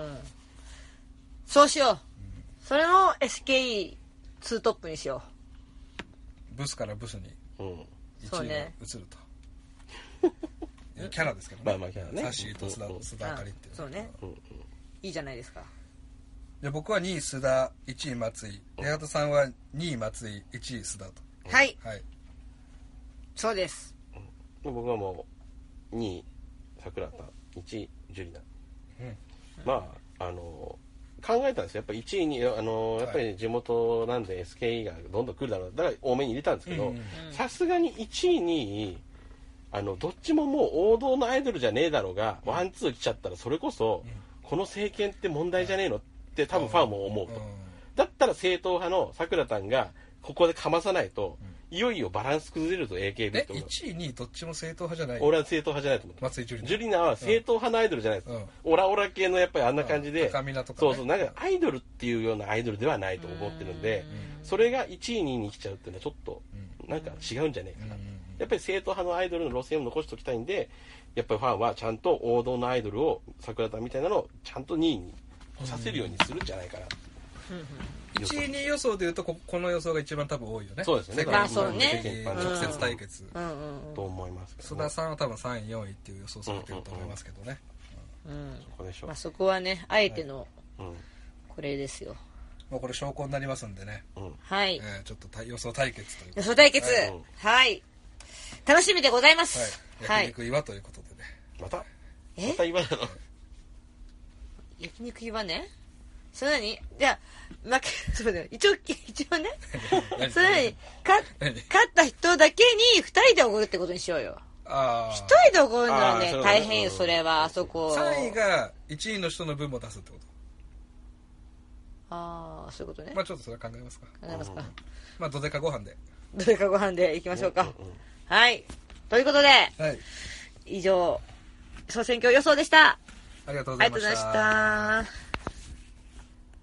そうしよう、うん、それの エスケーイーツー トップにしよう。ブスからブスにいちいが移ると、うん、キャラですけどね。 まあまあキャラね。 サッシーと須田、うん、須田あかりっていう、 そうね、うんうん、いいじゃないですか。 で僕はにい須田、いちい松井、八幡さんはにい松井、いちい須田と。 はい、 はい、そうです。 僕はもうにい桜田、いちいジュリナ、うん、まああの考えたんですよ。やっぱりいちいにあのやっぱり地元なんで エスケーイー がどんどん来るだろう、だから多めに入れたんですけど、さすがにいちいにいあのどっちももう王道のアイドルじゃねえだろうが、ワンツー来ちゃったらそれこそ、うん、この政権って問題じゃねえのって多分ファンも思うと、うん、だったら正統派の桜田がここでかまさないと、うん、いよいよバランス崩れると エーケービー と。 えいちいにいどっちも正統派じゃない？ 俺は正統派じゃないと思う。 松井ジュリナ。 ジュリナは正統派のアイドルじゃないです、うん、オラオラ系のやっぱりあんな感じで、 うん、高見菜とか、 ね、そうそう、なんかアイドルっていうようなアイドルではないと思ってるんで、んそれがいちいにいに来ちゃうっていうのはちょっとなんか違うんじゃねえかな、うん、やっぱり正統派のアイドルの路線を残しておきたいんで、やっぱりファンはちゃんと王道のアイドルを桜田みたいなのをちゃんとにいに来させるようにするんじゃないかな、 いちいにい予想でいうと こ, この予想が一番多分多いよね。 そうですね。 まあそうね。 直接対決、 うんうんうん、 と思いますけど、ね。 須田さんは多分さんいよんいっていう予想されてると思いますけどね。 うんうんうん、そこでしょう。まあそこはねあえてのこれですよ。 もうこれ証拠になりますんでね。 うん、はい、 えー。ちょっと予想対決という。 予想対決、はい、はい。楽しみでございます。 はい。焼肉岩ということでね。 また。え？また岩なの？ 焼肉岩ね。それなにじゃあ負けそうだよ一応一応ねそれなに勝った人だけにふたりでおごるってことにしようよ。 あひとりでおごるのはね大変よそれは。あそこさんいがいちいの人の分も出すってこと。 ああそういうことね。 まあちょっとそれは考えますか。 考えますか。 まあどでかご飯でどでかご飯でいきましょうか。はいということで、 はい、 以上総選挙予想でした。 ありがとうございました。 ありがとうございました。